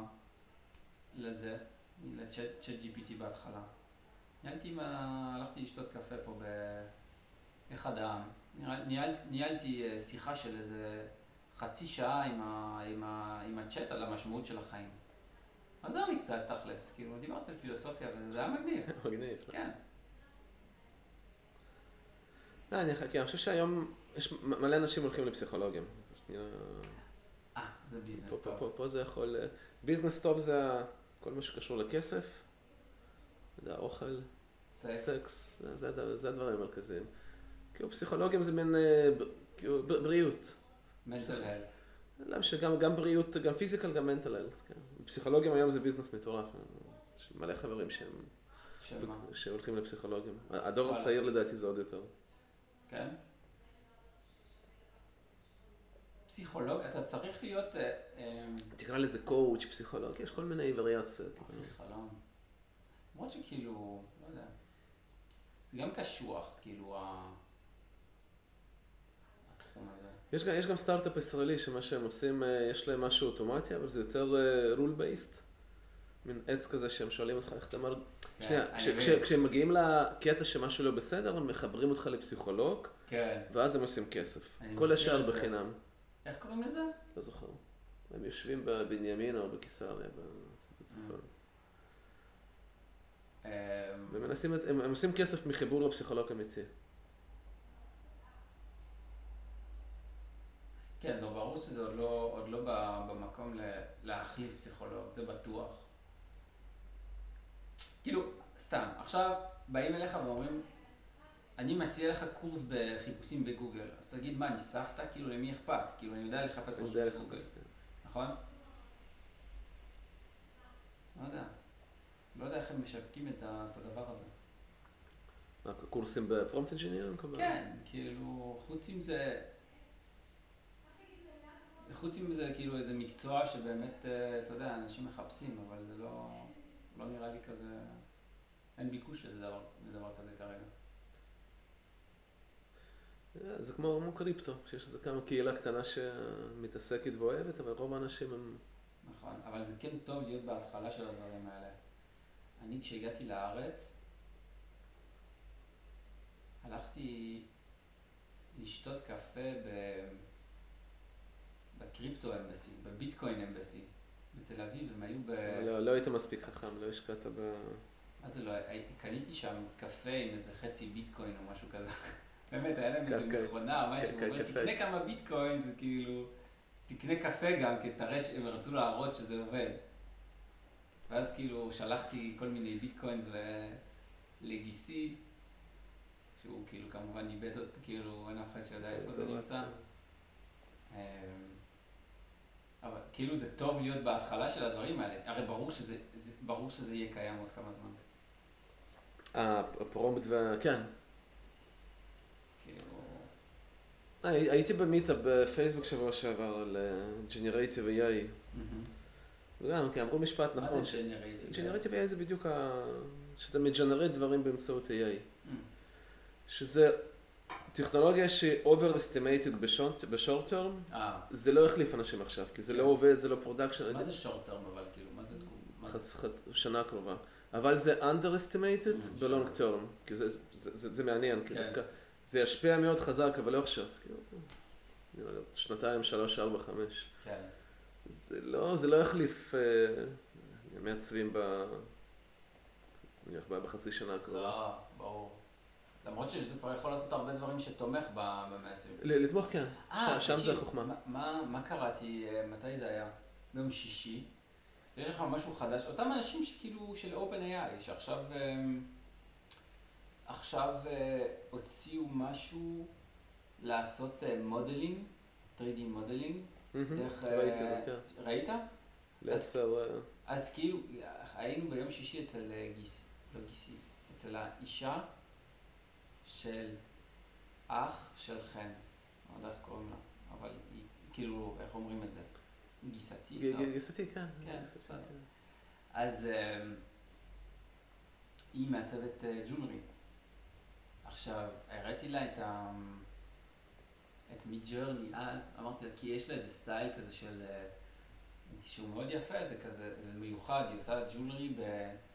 לזה, לצ'אט ג'י פי טי בהתחלה, ניהלתי, הלכתי לשתות קפה פה באחד העם, ניהלתי שיחה של איזה חצי שעה עם, ה, עם, ה, עם הצ'אט על המשמעות של החיים. עזר לי קצת תכלס, כאילו דיברתי על פילוסופיה וזה היה מגניב. מגניב. כן. לא, אני חכה, אני חושב שהיום יש מלא אנשים הולכים לפסיכולוגים. אה, זה ביזנס טוב. פה, פה, פה זה יכול... ביזנס טוב זה כל מה שקשור לכסף, זה האוכל, סקס, סקס זה, זה, זה הדברים המרכזיים. כאילו פסיכולוגים זה מין כאילו, בריאות. mental health. למה שגם גם בריאות, גם פיזיקל, גם mental health. כן. פסיכולוגים היום זה ביזנס מטורף. יש מלא חברים שהם... שמה? שהולכים לפסיכולוגים. הדור הצעיר לדעתי זה עוד יותר. כן? פסיכולוג, אתה צריך להיות... תקרא לזה קואוץ', פסיכולוג, יש כל מיני וריאציות. חלום. למרות שכאילו, לא יודע, זה גם קשוח, כאילו, התחום הזה. יש גם, יש גם סטארט-אפ ישראלי שמה שהם עושים, יש להם משהו אוטומטי, אבל זה יותר rule based. מין עץ כזה שהם שואלים אותך איך אתה אמר... שנייה, כש, כש, כשהם מגיעים לקטע שמשהו לא בסדר, הם מחברים אותך לפסיכולוג, כן. ואז הם עושים כסף. כל השאר בחינם. איך קוראים לזה? לא זוכר. הם יושבים בבנימין או בקיסריה, בצפון. ומנסים, הם, הם עושים כסף מחיבור לפסיכולוג אמיתי. כן, לא, ברור שזה עוד לא, עוד לא במקום להחליף פסיכולוג, זה בטוח. כאילו, סתם, עכשיו באים אליך ואומרים, אני מציע לך קורס בחיפושים בגוגל, אז תגיד, מה, אני סבתא? כאילו, למי אכפת? כאילו, אני יודע לחפש משהו בגוגל, נכון? לא יודע. לא יודע איך הם משווקים את הדבר הזה. מה, קורסים בפרומפט אנג'ינירינג? כן, כאילו, חוץ עם זה... חוץ עם זה, כאילו, איזה מקצוע שבאמת, אתה יודע, אנשים מחפשים, אבל זה לא... לא נראה לי כזה... אין ביקוש לזה דבר, לדבר כזה כרגע. זה כמו, כמו קריפטו, שיש איזה כמה קהילה קטנה שמתעסקת ואוהבת, אבל רוב האנשים הם... נכון, אבל זה כן טוב להיות בהתחלה של הדברים האלה. אני כשהגעתי לארץ, הלכתי לשתות קפה ב... בקריפטו אמבסי, בביטקוין אמבסי, בתל אביב, הם היו ב... לא, לא היית מספיק חכם, לא השקעת ב... מה זה לא, קניתי שם קפה עם איזה חצי ביטקוין או משהו כזה. באמת, היה להם איזה מכונה, משהו, הוא אומר, תקנה כמה ביטקוין, זה כאילו, תקנה קפה גם, כי תראה, הם רצו להראות שזה עובד. ואז כאילו שלחתי כל מיני ביטקוינס לגיסי, שהוא כאילו כמובן איבד אותו, כאילו אין אף אחד שיודע איפה זה נמצא. אבל כאילו זה טוב להיות בהתחלה של הדברים האלה, הרי ברור שזה, ברור שזה יהיה קיים עוד כמה זמן. הפרומט וה... כן. כאילו... הייתי במיטאפ בפייסבוק שבוע שעבר על Generative איי איי. וגם, כי אמרו משפט נכון. מה זה Generative? Generative איי איי זה בדיוק שאתה מג'נרט דברים באמצעות איי איי. שזה טכנולוגיה שהיא overestimated בשורט טרם, זה לא החליף אנשים עכשיו, כי זה לא עובד, זה לא פרודקשן. מה זה שורט טרם אבל כאילו? מה זה תחום? שנה הקרובה. אבל זה underestimated בלונג טרם, כי זה מעניין. זה ישפיע מאוד חזק, אבל לא עכשיו. שנתיים, שלוש, ארבע, חמש. כן. זה לא, זה לא יחליף מעצבים בחצי שנה הקרובה. לא, ברור. למרות שזה כבר יכול לעשות הרבה דברים שתומך במעצבים. לתמוך כן, שם זה החוכמה. מה קראתי, מתי זה היה? ביום שישי. יש לך משהו חדש, אותם אנשים שכאילו של OpenAI, שעכשיו עכשיו הוציאו משהו לעשות מודלינג, תרי די מודלינג, דרך... ראית? אז כאילו, היינו ביום שישי אצל גיסי, לא גיסי, אצל האישה של אח של חן, אני לא יודע איך קוראים לה, אבל היא, כאילו, איך אומרים את זה? גיסתי? גיסתי, כן. כן, בסדר. אז היא מעצבת ג'ולרי. עכשיו, הראיתי לה את ה... את מידג'רני אז, אמרתי לה, כי יש לה איזה סטייל כזה של... שהוא מאוד יפה, זה כזה, זה מיוחד, היא עושה ג'ולרי ב...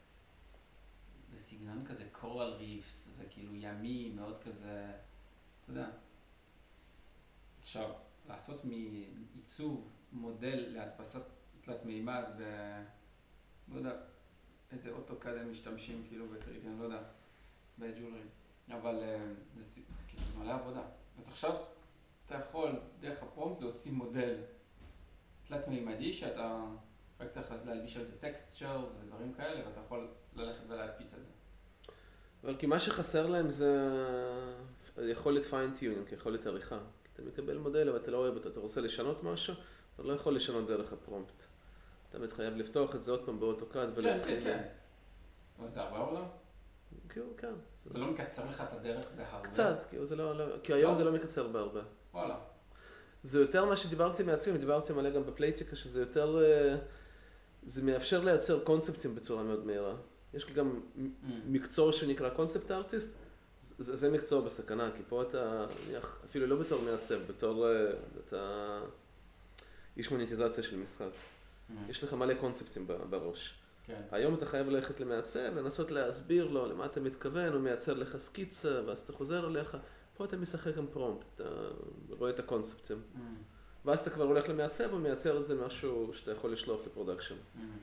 בסגנון כזה קורל ריפס, וכאילו ימי, מאוד כזה, אתה יודע. עכשיו, לעשות מעיצוב מודל להדפסת תלת מימד ב... לא יודע, איזה אוטוקאד הם משתמשים כאילו בטריטי, אני לא יודע, בג'ולרי. אבל זה, זה, זה כאילו זה מלא עבודה. אז עכשיו אתה יכול דרך הפרומפט להוציא מודל תלת מימדי שאתה רק צריך להלביש על זה טקסטצ'רס ודברים כאלה, ואתה יכול ללכת ולהדפיס את זה. אבל כי מה שחסר להם זה יכולת פיינטיונינג, יכולת עריכה. אתה מקבל מודל אבל אתה לא אוהב אותו, אתה רוצה לשנות משהו, אתה לא יכול לשנות דרך הפרומפט. אתה מתחייב לפתוח את זה עוד פעם באוטוקאד ולהתחיל... כן, כן, כן. אבל זה הרבה עבודה? כאילו, כן. זה לא מקצר לך את הדרך בהרבה? קצת, כי היום זה לא מקצר בהרבה. וואלה. זה יותר מה שדיברתי מעצמי, דיברתי מלא גם בפלייטיקה, שזה יותר... זה מאפשר לייצר קונספטים בצורה מאוד מהירה. יש לי גם מקצוע שנקרא קונספט ארטיסט, זה מקצוע בסכנה, כי פה אתה, אפילו לא בתור מעצב, בתור אתה איש מוניטיזציה של משחק. יש לך מלא קונספטים בראש. היום אתה חייב ללכת למעצב, לנסות להסביר לו למה אתה מתכוון, הוא מייצר לך סקיצה, ואז אתה חוזר אליך. פה אתה משחק גם פרומפט, אתה רואה את הקונספטים. ואז אתה כבר הולך למעצב, הוא מייצר את זה משהו שאתה יכול לשלוח לפרודקשן.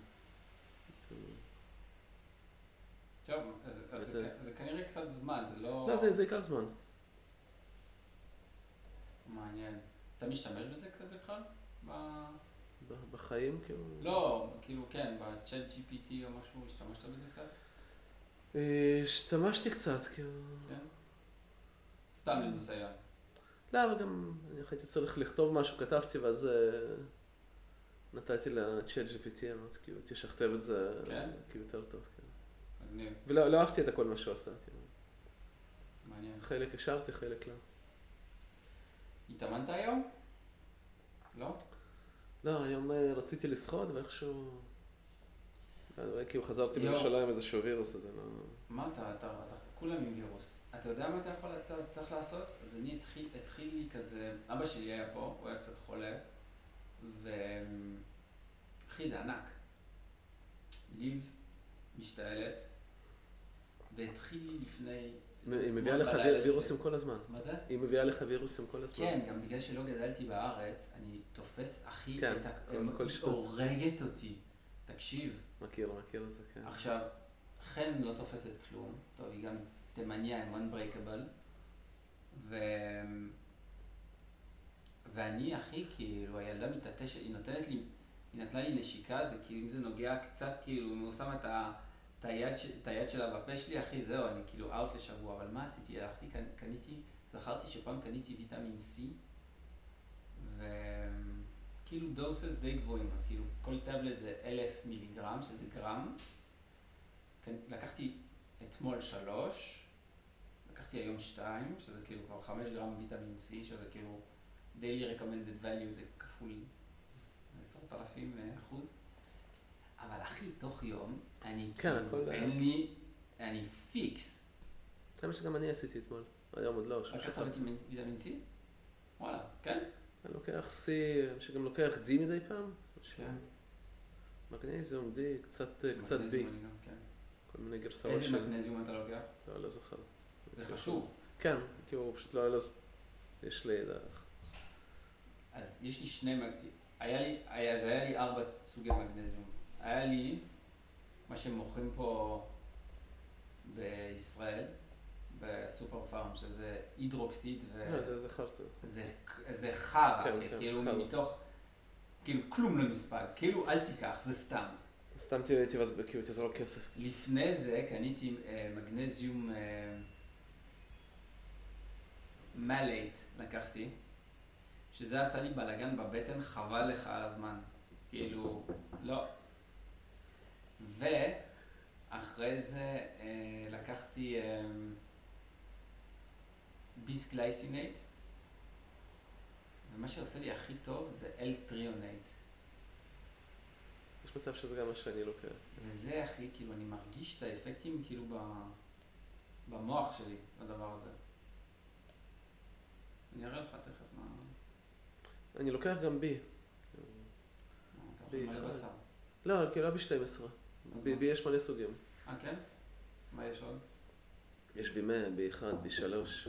טוב, אז זה כנראה קצת זמן, זה לא... לא, זה ייקח זמן. מעניין. אתה משתמש בזה קצת בכלל? בחיים, כאילו? לא, כאילו כן, בצ'אט ג'י פי טי או משהו, השתמשת בזה קצת? השתמשתי קצת, כאילו... כן? סתם לניסיון. לא, אבל גם אני הייתי צריך לכתוב משהו, כתבתי ואז נתתי לצ'אט ג'י פי טי, אמרתי, כאילו, תשכתב את זה כאילו יותר טוב, כאילו. מגניב. ולא אהבתי את הכל מה שהוא עשה, כאילו. מעניין. חלק השארתי, חלק לא. התאמנת היום? לא? לא, היום רציתי לשחות ואיכשהו... כאילו חזרתי יו. בירושלים איזשהו וירוס, אז אני לא... מה אתה, אתה, אתה, כולם עם וירוס. אתה יודע מה אתה יכול לצ- צריך לעשות? אז אני התחיל, התחיל לי כזה, אבא שלי היה פה, הוא היה קצת חולה, ואחי זה ענק. ליב משתעלת, והתחיל לי לפני... היא מביאה אתמול לך בלילה וירוסים לפני- כל הזמן. מה זה? היא מביאה לך וירוסים כל הזמן. כן, גם בגלל שלא גדלתי בארץ, אני תופס הכי כן, את ה... כל- כל היא שטות. הורגת אותי. תקשיב, מכיר, מכיר את זה, כן. עכשיו, חן לא תופסת כלום, טוב, היא גם תימניה עם Unbreakable, ו... ואני הכי כאילו, הילדה מתעטשת, היא נותנת לי, היא נתנה לי נשיקה, זה כאילו, אם זה נוגע קצת, כאילו, אם הוא שם את ה... את היד, ש... את היד שלה בפה שלי, אחי, זהו, אני כאילו אאוט לשבוע, אבל מה עשיתי? הלכתי, קנ... קניתי, זכרתי שפעם קניתי ויטמין C, וכאילו דוסס די גבוהים, אז כאילו כל טאבלט זה אלף מיליגרם, שזה גרם. לקחתי אתמול שלוש, לקחתי היום שתיים, שזה כאילו כבר חמש גרם ויטמין C, שזה כאילו daily recommended value, זה כפול עשרות אלפים אחוז. אבל אחי, תוך יום, אני כן, כאילו, הכל- אין לי, אני פיקס. זה מה שגם אני עשיתי אתמול. היום עוד לא. לקחת שכחתי. ויטמין ויטמין C? וואלה, כן? אני לוקח C, שגם לוקח D מדי פעם. כן. מגנזיום, D, קצת קצת B. מגנזיום אני גם, כן. כל מיני גרסאות איזה של... מגנזיום אתה לוקח? לא, לא זוכר. זה חשוב. כן, כאילו פשוט לא... לא- יש לי... אז יש לי שני מג... היה לי, היה, אז היה לי ארבע סוגי מגנזיום. היה לי מה שמוכרים פה בישראל, בסופר פארם, שזה הידרוקסיד ו... אה, זה זכרתי. זה, זה חרא, כן, אחי, כן, כאילו חרא. מתוך... כאילו כלום לא נספג, כאילו אל תיקח, זה סתם. סתם הייתי ואז כאילו תזרוק כסף. לפני זה קניתי אה, מגנזיום אה, מלייט לקחתי, שזה עשה לי בלגן בבטן, חבל לך על הזמן. כאילו, לא. ואחרי זה אה, לקחתי אה, ביסגלייסינייט, ומה שעושה לי הכי טוב זה L-טריונייט. יש מצב שזה גם מה שאני לוקח. וזה הכי, כאילו, אני מרגיש את האפקטים כאילו ב... במוח שלי, בדבר הזה. אני אראה לך תכף מה... אני לוקח גם B. מה, אתה אוכל בי מלא אחד. בשר. לא, כאילו לא ב-שתים עשרה. אז ב- מה? B יש מלא סוגים. אה, כן? מה יש עוד? יש בי מאה, בי אחד, בי שלוש.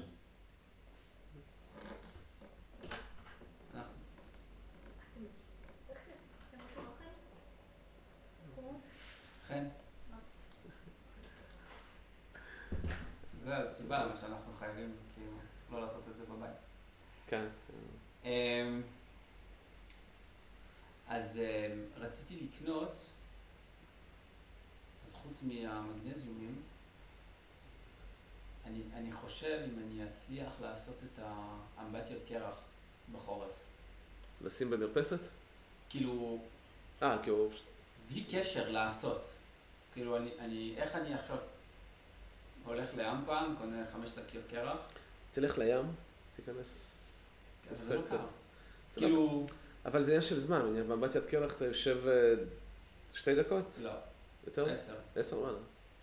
אנחנו... חן? זה הסיבה למה שאנחנו חייבים, כאילו, לא לעשות את זה בבית. כן. אמ, אז אמ, רציתי לקנות, אז חוץ מהמגנזיומים, אני, אני חושב אם אני אצליח לעשות את האמבטיות קרח בחורף. לשים במרפסת? כאילו, אה, כאילו... בלי קשר לעשות. כאילו, אני, אני, איך אני עכשיו הולך לאמפם, קונה חמש שקיות קרח, תלך לים, תיכנס... אז תשחק זה לא קצת. קר. זה לא- כאילו, אבל זה עניין של זמן, אני- באמבטיית קרח אתה יושב אה, שתי דקות? לא, יותר? עשר. עשר וואלה.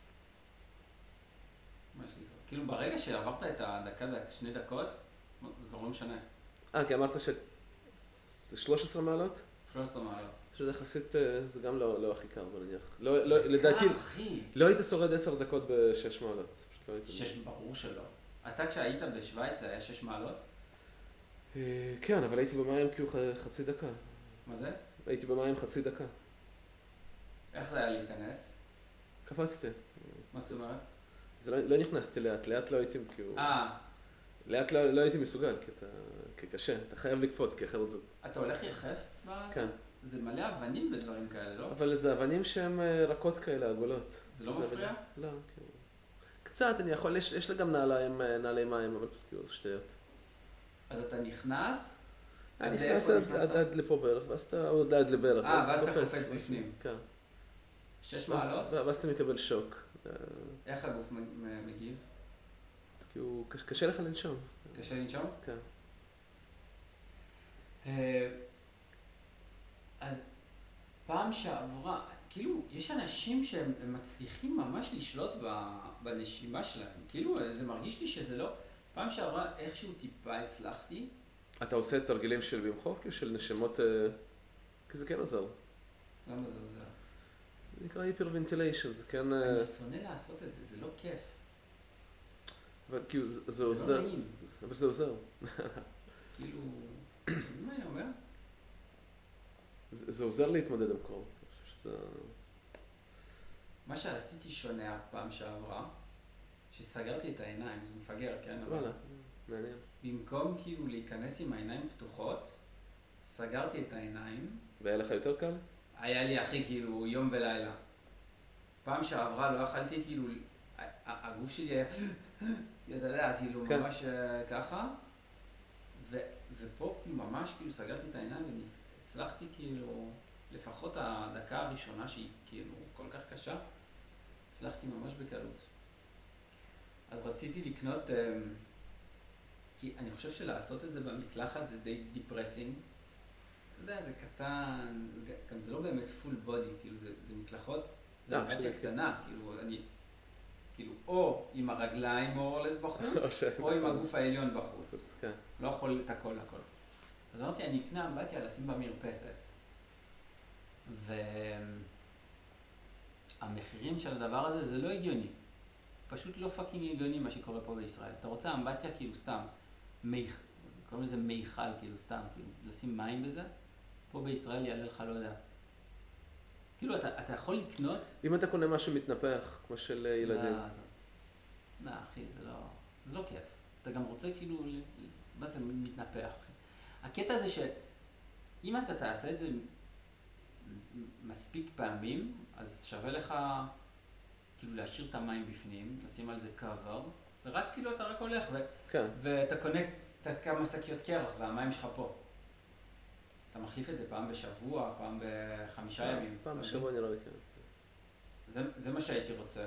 מה יש לי כבר? כאילו, ברגע שעברת את הדקה, דק- שני דקות, זה כבר לא משנה. אה, כי אמרת ש... זה שלוש עשרה מעלות? שלוש עשרה מעלות. שזה יחסית, אה, זה גם לא לא הכי קר, בוא נניח. לא, לא, לדעתי, קר, אחי. לא היית שורד עשר דקות בשש מעלות. פשוט לא היית... שש, ברור שלא. אתה כשהיית בשוויץ זה היה שש מעלות? אה, כן, אבל הייתי במים כאילו ח- חצי דקה. מה זה? הייתי במים חצי דקה. איך זה היה להיכנס? קפצתי. מה זאת אומרת? זה לא, לא נכנסתי לאט, לאט לא הייתי כאילו... אה, לאט לא, לא הייתי מסוגל, כי אתה... כי קשה, אתה חייב לקפוץ, כי אחרת זה... אתה הולך יחף? בזה? כן. זה מלא אבנים ודברים כאלה, לא? אבל זה אבנים שהן אה, רכות כאלה, עגולות. זה לא מפריע? אבנים- לא, כאילו... קצת, אני יכול, יש, יש לה גם נעליים, אה, נעלי מים, אבל פשוט כאילו שטויות. אז אתה נכנס? אני עד נכנס לאיפה עד, נכנסת? עד, עד לפה בערך, ואז אתה עוד עד לבערך. אה, ואז אתה קופץ בפנים. כן. שש ואז- מעלות? ואז אתה מקבל שוק. אה, איך הגוף מ- מ- מגיב? כאילו, קש- קשה לך לנשום. קשה לנשום? כן. אה, אז פעם שעברה, כאילו, יש אנשים שהם מצליחים ממש לשלוט בנשימה שלהם. כאילו, זה מרגיש לי שזה לא... פעם שעברה איכשהו טיפה הצלחתי. אתה עושה תרגילים של במחוף, כאילו של נשימות... כי זה כן עוזר. למה זה עוזר? זה נקרא היפרוונטיליישן, זה כן... אני שונא לעשות את זה, זה לא כיף. אבל כאילו, זה עוזר. זה לא נעים. אבל זה עוזר. כאילו... מה אני אומר? זה עוזר להתמודד עם קור. שזה... מה שעשיתי שונה פעם שעברה, שסגרתי את העיניים, זה מפגר, כן? וואלה, מעניין. במקום כאילו להיכנס עם העיניים פתוחות, סגרתי את העיניים. והיה לך יותר קל? היה לי הכי כאילו יום ולילה. פעם שעברה לא אכלתי כאילו, הגוף שלי היה, אתה יודע, כאילו כן. ממש ככה, ו, ופה כאילו ממש כאילו סגרתי את העיניים והצלחתי כאילו, לפחות הדקה הראשונה שהיא כאילו כל כך קשה, הצלחתי ממש בקלות. אז רציתי לקנות, כי אני חושב שלעשות את זה במקלחת זה די דיפרסינג. אתה יודע, זה קטן, גם זה לא באמת פול בודי, כאילו זה, זה מקלחות, זה אמבטיה קטנה, כאילו אני, כאילו או עם הרגליים אורלס בחוץ, או עם הגוף העליון בחוץ. לא יכול את הכל הכל. אז אמרתי, אני אקנה אמבטיה לשים במרפסת. והמחירים של הדבר הזה זה לא הגיוני. פשוט לא פאקינג הגיוני מה שקורה פה בישראל. אתה רוצה אמבטיה כאילו סתם, מיכל, קוראים לזה מיכל כאילו סתם, כאילו לשים מים בזה, פה בישראל יעלה לך לא יודע. כאילו אתה, אתה יכול לקנות... אם אתה קונה משהו מתנפח, כמו של ילדים. לא, זה... לא, אחי, זה לא... זה לא כיף. אתה גם רוצה כאילו... מה זה מתנפח, אחי? הקטע זה שאם אתה תעשה את זה מספיק פעמים, אז שווה לך כאילו להשאיר את המים בפנים, לשים על זה קאבר, ורק כאילו אתה רק הולך ו... כן. ואתה קונה כמה שקיות קרח והמים שלך פה. אתה מחליף את זה פעם בשבוע, פעם בחמישה ימים. פעם בשבוע נראה לי כן. זה, זה מה שהייתי רוצה.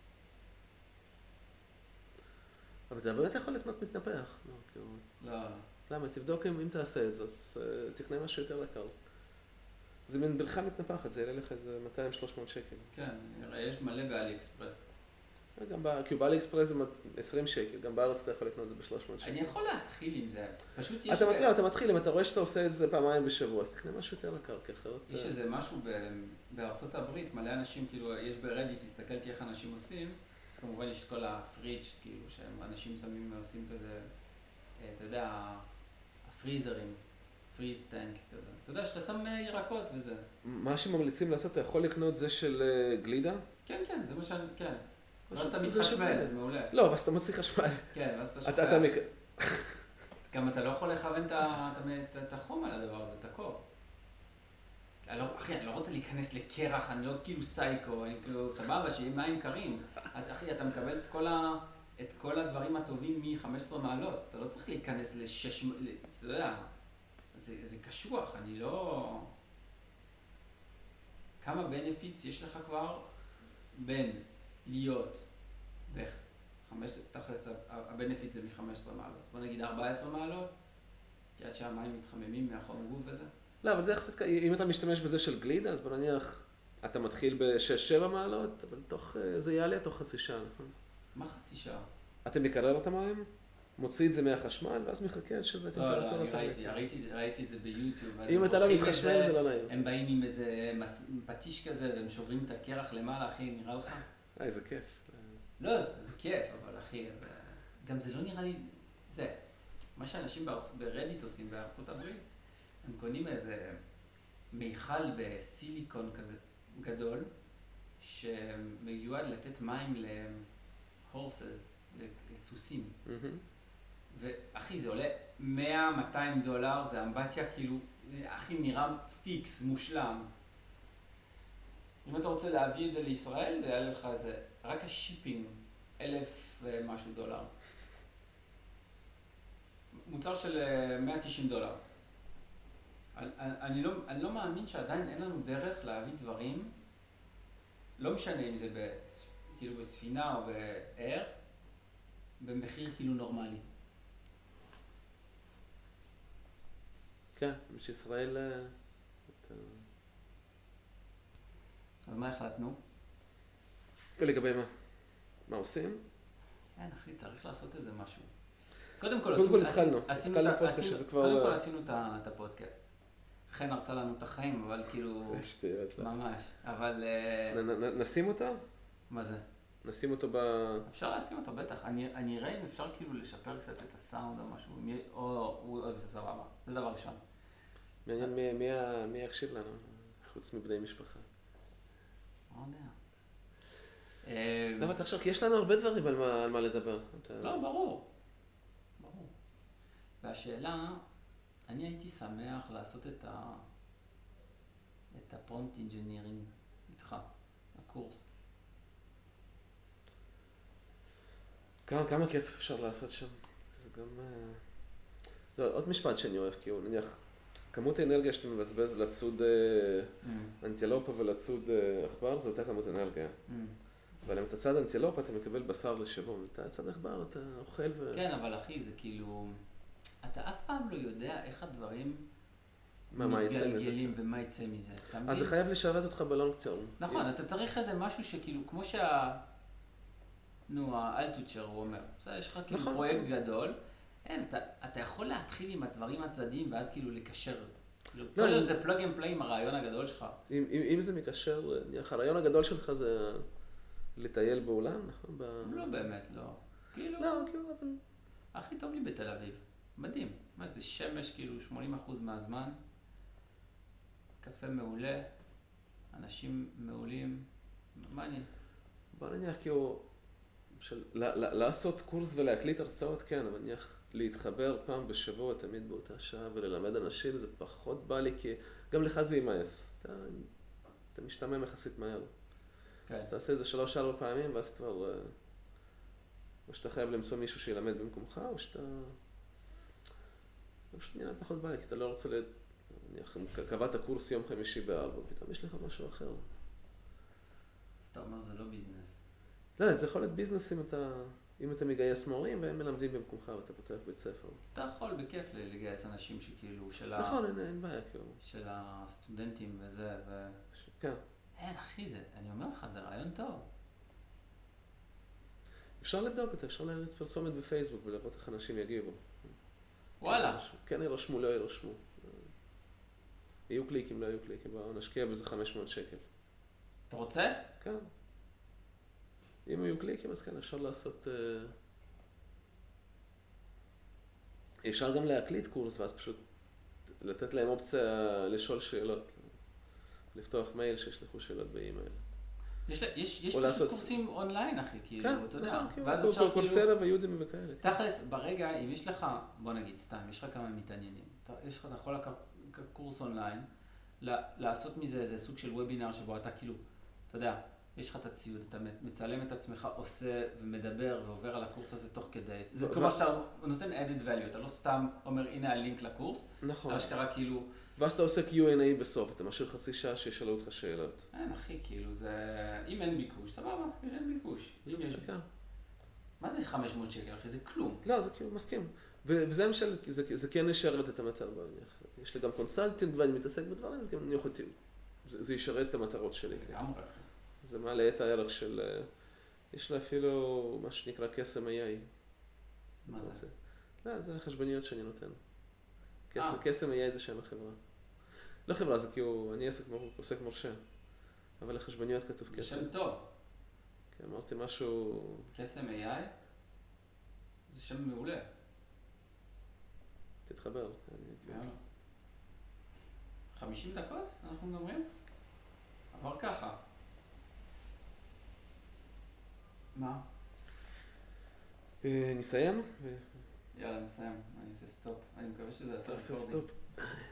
אבל אתה באמת יכול לקנות מתנפח. לא. למה? תבדוק אם תעשה את זה, אז תקנה משהו יותר יקר. זה מין בריכה מתנפחת, זה יעלה לך איזה מאתיים שלוש מאות שקל. כן, יש מלא באלי אקספרס. גם כי באלי אקספרס זה עשרים שקל, גם בארץ אתה יכול לקנות את זה ב-שלוש מאות שקל. אני יכול להתחיל עם זה, פשוט יש... אתה מתחיל, אתה מתחיל, אם אתה רואה שאתה עושה את זה פעמיים בשבוע, אז תקנה משהו יותר יקר, כי אחרת... יש איזה משהו בארצות הברית, מלא אנשים, כאילו, יש ברדיט, הסתכלתי איך אנשים עושים, אז כמובן יש את כל הפריץ', כאילו, שאנשים שמים ועושים כזה, אתה יודע, הפריזרים, פריז טנק כזה. אתה יודע, שאתה שם ירקות וזה. מה שממליצים לעשות, אתה יכול לקנות זה של גלידה? כן, כן, זה מה שאני, כן. ואז אתה מתחשמל, זה מעולה. לא, ואז אתה מוציא חשמל. כן, ואז אתה שוכח. גם אתה לא יכול לכוון את החום על הדבר הזה, את הקור. אחי, אני לא רוצה להיכנס לקרח, אני לא כאילו סייקו, אני כאילו סבבה שיהיה מים קרים. אחי, אתה מקבל את כל הדברים הטובים מ-חמש עשרה מעלות. אתה לא צריך להיכנס ל-שש, אתה יודע, זה קשוח, אני לא... כמה בנפיץ יש לך כבר בין להיות ב-חמש, תכלס, הבנפיץ זה מ-חמש עשרה מעלות. בוא נגיד ארבע עשרה מעלות, כי עד שהמים מתחממים מהחום גוף וזה. לא, אבל זה יחסית, אם אתה משתמש בזה של גלידה, אז בוא נניח, אתה מתחיל ב-שש שבע מעלות, אבל תוך, זה יעלה תוך חצי שעה, נכון? מה חצי שעה? אתה מקרר את המים, מוציא את זה מהחשמל, ואז מחכה שזה טמפרטורה. לא, לא, אני ראיתי, ראיתי, ראיתי את זה ביוטיוב. אם אתה לא מתחשמל, זה לא נעים. הם באים עם איזה פטיש כזה, והם שוברים את הקרח למעלה, אחי, נראה לך? אה, איזה כיף. לא, זה כיף, אבל אחי, גם זה לא נראה לי, זה, מה שאנשים ברדיט עושים בארצות הברית, הם קונים איזה מיכל בסיליקון כזה גדול, שמיועד לתת מים להורסס, לסוסים. ואחי, זה עולה מאה מאתיים דולר, זה אמבטיה כאילו, אחי, נראה פיקס, מושלם. אם אתה רוצה להביא את זה לישראל, זה יעלה לך איזה, רק השיפינג, אלף ומשהו דולר. מוצר של מאה ותשעים דולר. אני, אני, לא, אני לא מאמין שעדיין אין לנו דרך להביא דברים, לא משנה אם זה בספ, כאילו בספינה או באר, במחיר כאילו נורמלי. כן, שישראל... אז מה החלטנו? ולגבי מה? מה עושים? אין, אחי, צריך לעשות איזה משהו. קודם כל, קודם כל עשינו, התחלנו. עשינו, התחלנו את ה- פודקאסט עשינו, שזה כבר... קודם כל עשינו את ה- את הפודקאסט. חן הרסה לנו את החיים, אבל כאילו... שטויות, לא. ממש. אבל... אה, נ- נ- נשים אותו? מה זה? נשים אותו ב... אפשר לשים אותו, בטח. אני אני אראה אם אפשר כאילו לשפר קצת את הסאונד או משהו, אם יהיה- או או- או זה סבבה. זה דבר ראשון. מעניין מי- מי ה- מי יקשיב לנו, חוץ מבני משפחה. לא יודע. אה, לא, אבל תחשוב, כי יש לנו הרבה דברים על מה- על מה לדבר. אתה- לא, ברור. ברור. והשאלה, אני הייתי שמח לעשות את ה... את הפרומפט אינג'ינירינג איתך, הקורס. כמה, כמה כסף אפשר לעשות שם? זה גם... אה, זה עוד משפט שאני אוהב, כי הוא נניח, כמות האנרגיה שאתה מבזבז לצוד אה, Mm. אנטילופה ולצוד אה, עכבר, זה אותה כמות אנרגיה. Mm. אבל אם אתה צד אנטילופה, אתה מקבל בשר לשבון. אתה צד עכבר, אתה אוכל ו... כן, אבל אחי, זה כאילו... אתה אף פעם לא יודע איך הדברים מה, מה יצא מזה? מתגלגלים ומה יצא מזה. אתה אז מבין? זה חייב לשרת אותך בלונג טרם. נכון, אתה צריך איזה משהו שכאילו, כמו שה... נו, האלטוצ'ר הוא אומר. בסדר, יש לך כאילו נכון. פרויקט גדול. אין, אתה, אתה יכול להתחיל עם הדברים הצדדיים ואז כאילו לקשר. כאילו, כל לא, עוד אני- זה פלוג אנד פליי עם הרעיון הגדול שלך. אם, אם, אם זה מקשר, נניח, הרעיון הגדול שלך זה לטייל בעולם, נכון? ב... לא באמת, לא. כאילו, לא, כאילו, אבל... הכי טוב לי בתל אביב. מדהים. מה זה שמש כאילו שמונים אחוז מהזמן. קפה מעולה. אנשים מעולים. מעניין. בוא נניח, כאילו, של... ל- ל- לעשות קורס ולהקליט הרצאות, כן, אבל נניח להתחבר פעם בשבוע, תמיד באותה שעה, וללמד אנשים, זה פחות בא לי, כי גם לך זה יימאס. אתה, אתה משתמם יחסית מהר. כן. אז תעשה את זה שלוש-ארבע פעמים, ואז כבר... אה, או שאתה חייב למצוא מישהו שילמד במקומך, או שאתה... או פשוט נראה פחות בא לי, כי אתה לא רוצה ל... נניח, אם קבעת קורס יום חמישי בארבע, פתאום יש לך משהו אחר. אז אתה אומר זה לא ביזנס. לא, זה יכול להיות ביזנס אם אתה, אם אתה מגייס מורים והם מלמדים במקומך ואתה פותח בית ספר. אתה יכול בכיף ל- לגייס אנשים שכאילו, של, נכון, ה... אין, אין בעיה, כאילו. של הסטודנטים וזה, ו... ש- כן. אין אחי, זה, אני אומר לך, זה רעיון טוב. אפשר לבדוק אותה, אפשר להריץ פרסומת בפייסבוק ולראות איך אנשים יגיבו. וואלה. כן ירשמו, לא ירשמו. יהיו קליקים, לא יהיו קליקים, בואו נשקיע בזה חמש מאות שקל. אתה רוצה? כן. אם יהיו קליקים, אז כן, אפשר לעשות... אה, אפשר גם להקליט קורס, ואז פשוט לתת להם אופציה לשאול שאלות. לפתוח מייל שישלחו שאלות באימייל. יש, לה- יש, יש או פשוט לעשות- קורסים אונליין, אחי, כאילו, כן, אתה יודע. נכון, כאילו, ואז כל- אפשר כל כאילו... סרט ויודעים וכאלה. תכלס, ברגע, אם יש לך, בוא נגיד סתם, יש לך כמה מתעניינים, אתה, יש לך, אתה יכול לקחת קורס אונליין, ל- לעשות מזה איזה סוג של וובינר שבו אתה כאילו, אתה יודע, יש לך את הציוד, אתה מצלם את עצמך, עושה ומדבר ועובר על הקורס הזה תוך כדי. זה ו- כמו ו- שאתה נותן added value, אתה לא סתם אומר, הנה הלינק לקורס, נכון. אתה אשכרה כאילו, ואז אתה עושה קיו אנד איי בסוף, אתה משאיר חצי שעה שישאלו אותך שאלות. אין אחי, כאילו זה, אם אין ביקוש, סבבה, יש אין ביקוש. זה אם יש- בסדר. מה זה חמש מאות שקל, אחי? זה כלום. לא, זה כאילו מסכים. ו- וזה למשל, זה, זה כן ישרת את המטרה. נניח. יש לי גם קונסלטינג ואני מתעסק בדברים, אז גם אני יכול... זה, זה ישרת את המטרות שלי. לגמרי. זה מעלה את הערך של... אה, יש לה אפילו מה שנקרא קסם איי איי. מה אתה זה? רוצה? לא, זה החשבניות שאני נותן. קסם, אה. קסם איי איי זה שם החברה. לא חברה, זה כאילו, אני עסק, מור- עוסק מורשה. אבל לחשבניות כתוב זה קסם. שם טוב. כן, אמרתי משהו... קסם איי איי? זה שם מעולה. תתחבר. אני- יאללה. חמישים דקות אנחנו מדברים? עבר ככה. מה? אה, נסיים? יאללה, נסיים. אני אעשה סטופ. אני מקווה שזה עשה תעשה רקורדינג. סטופ.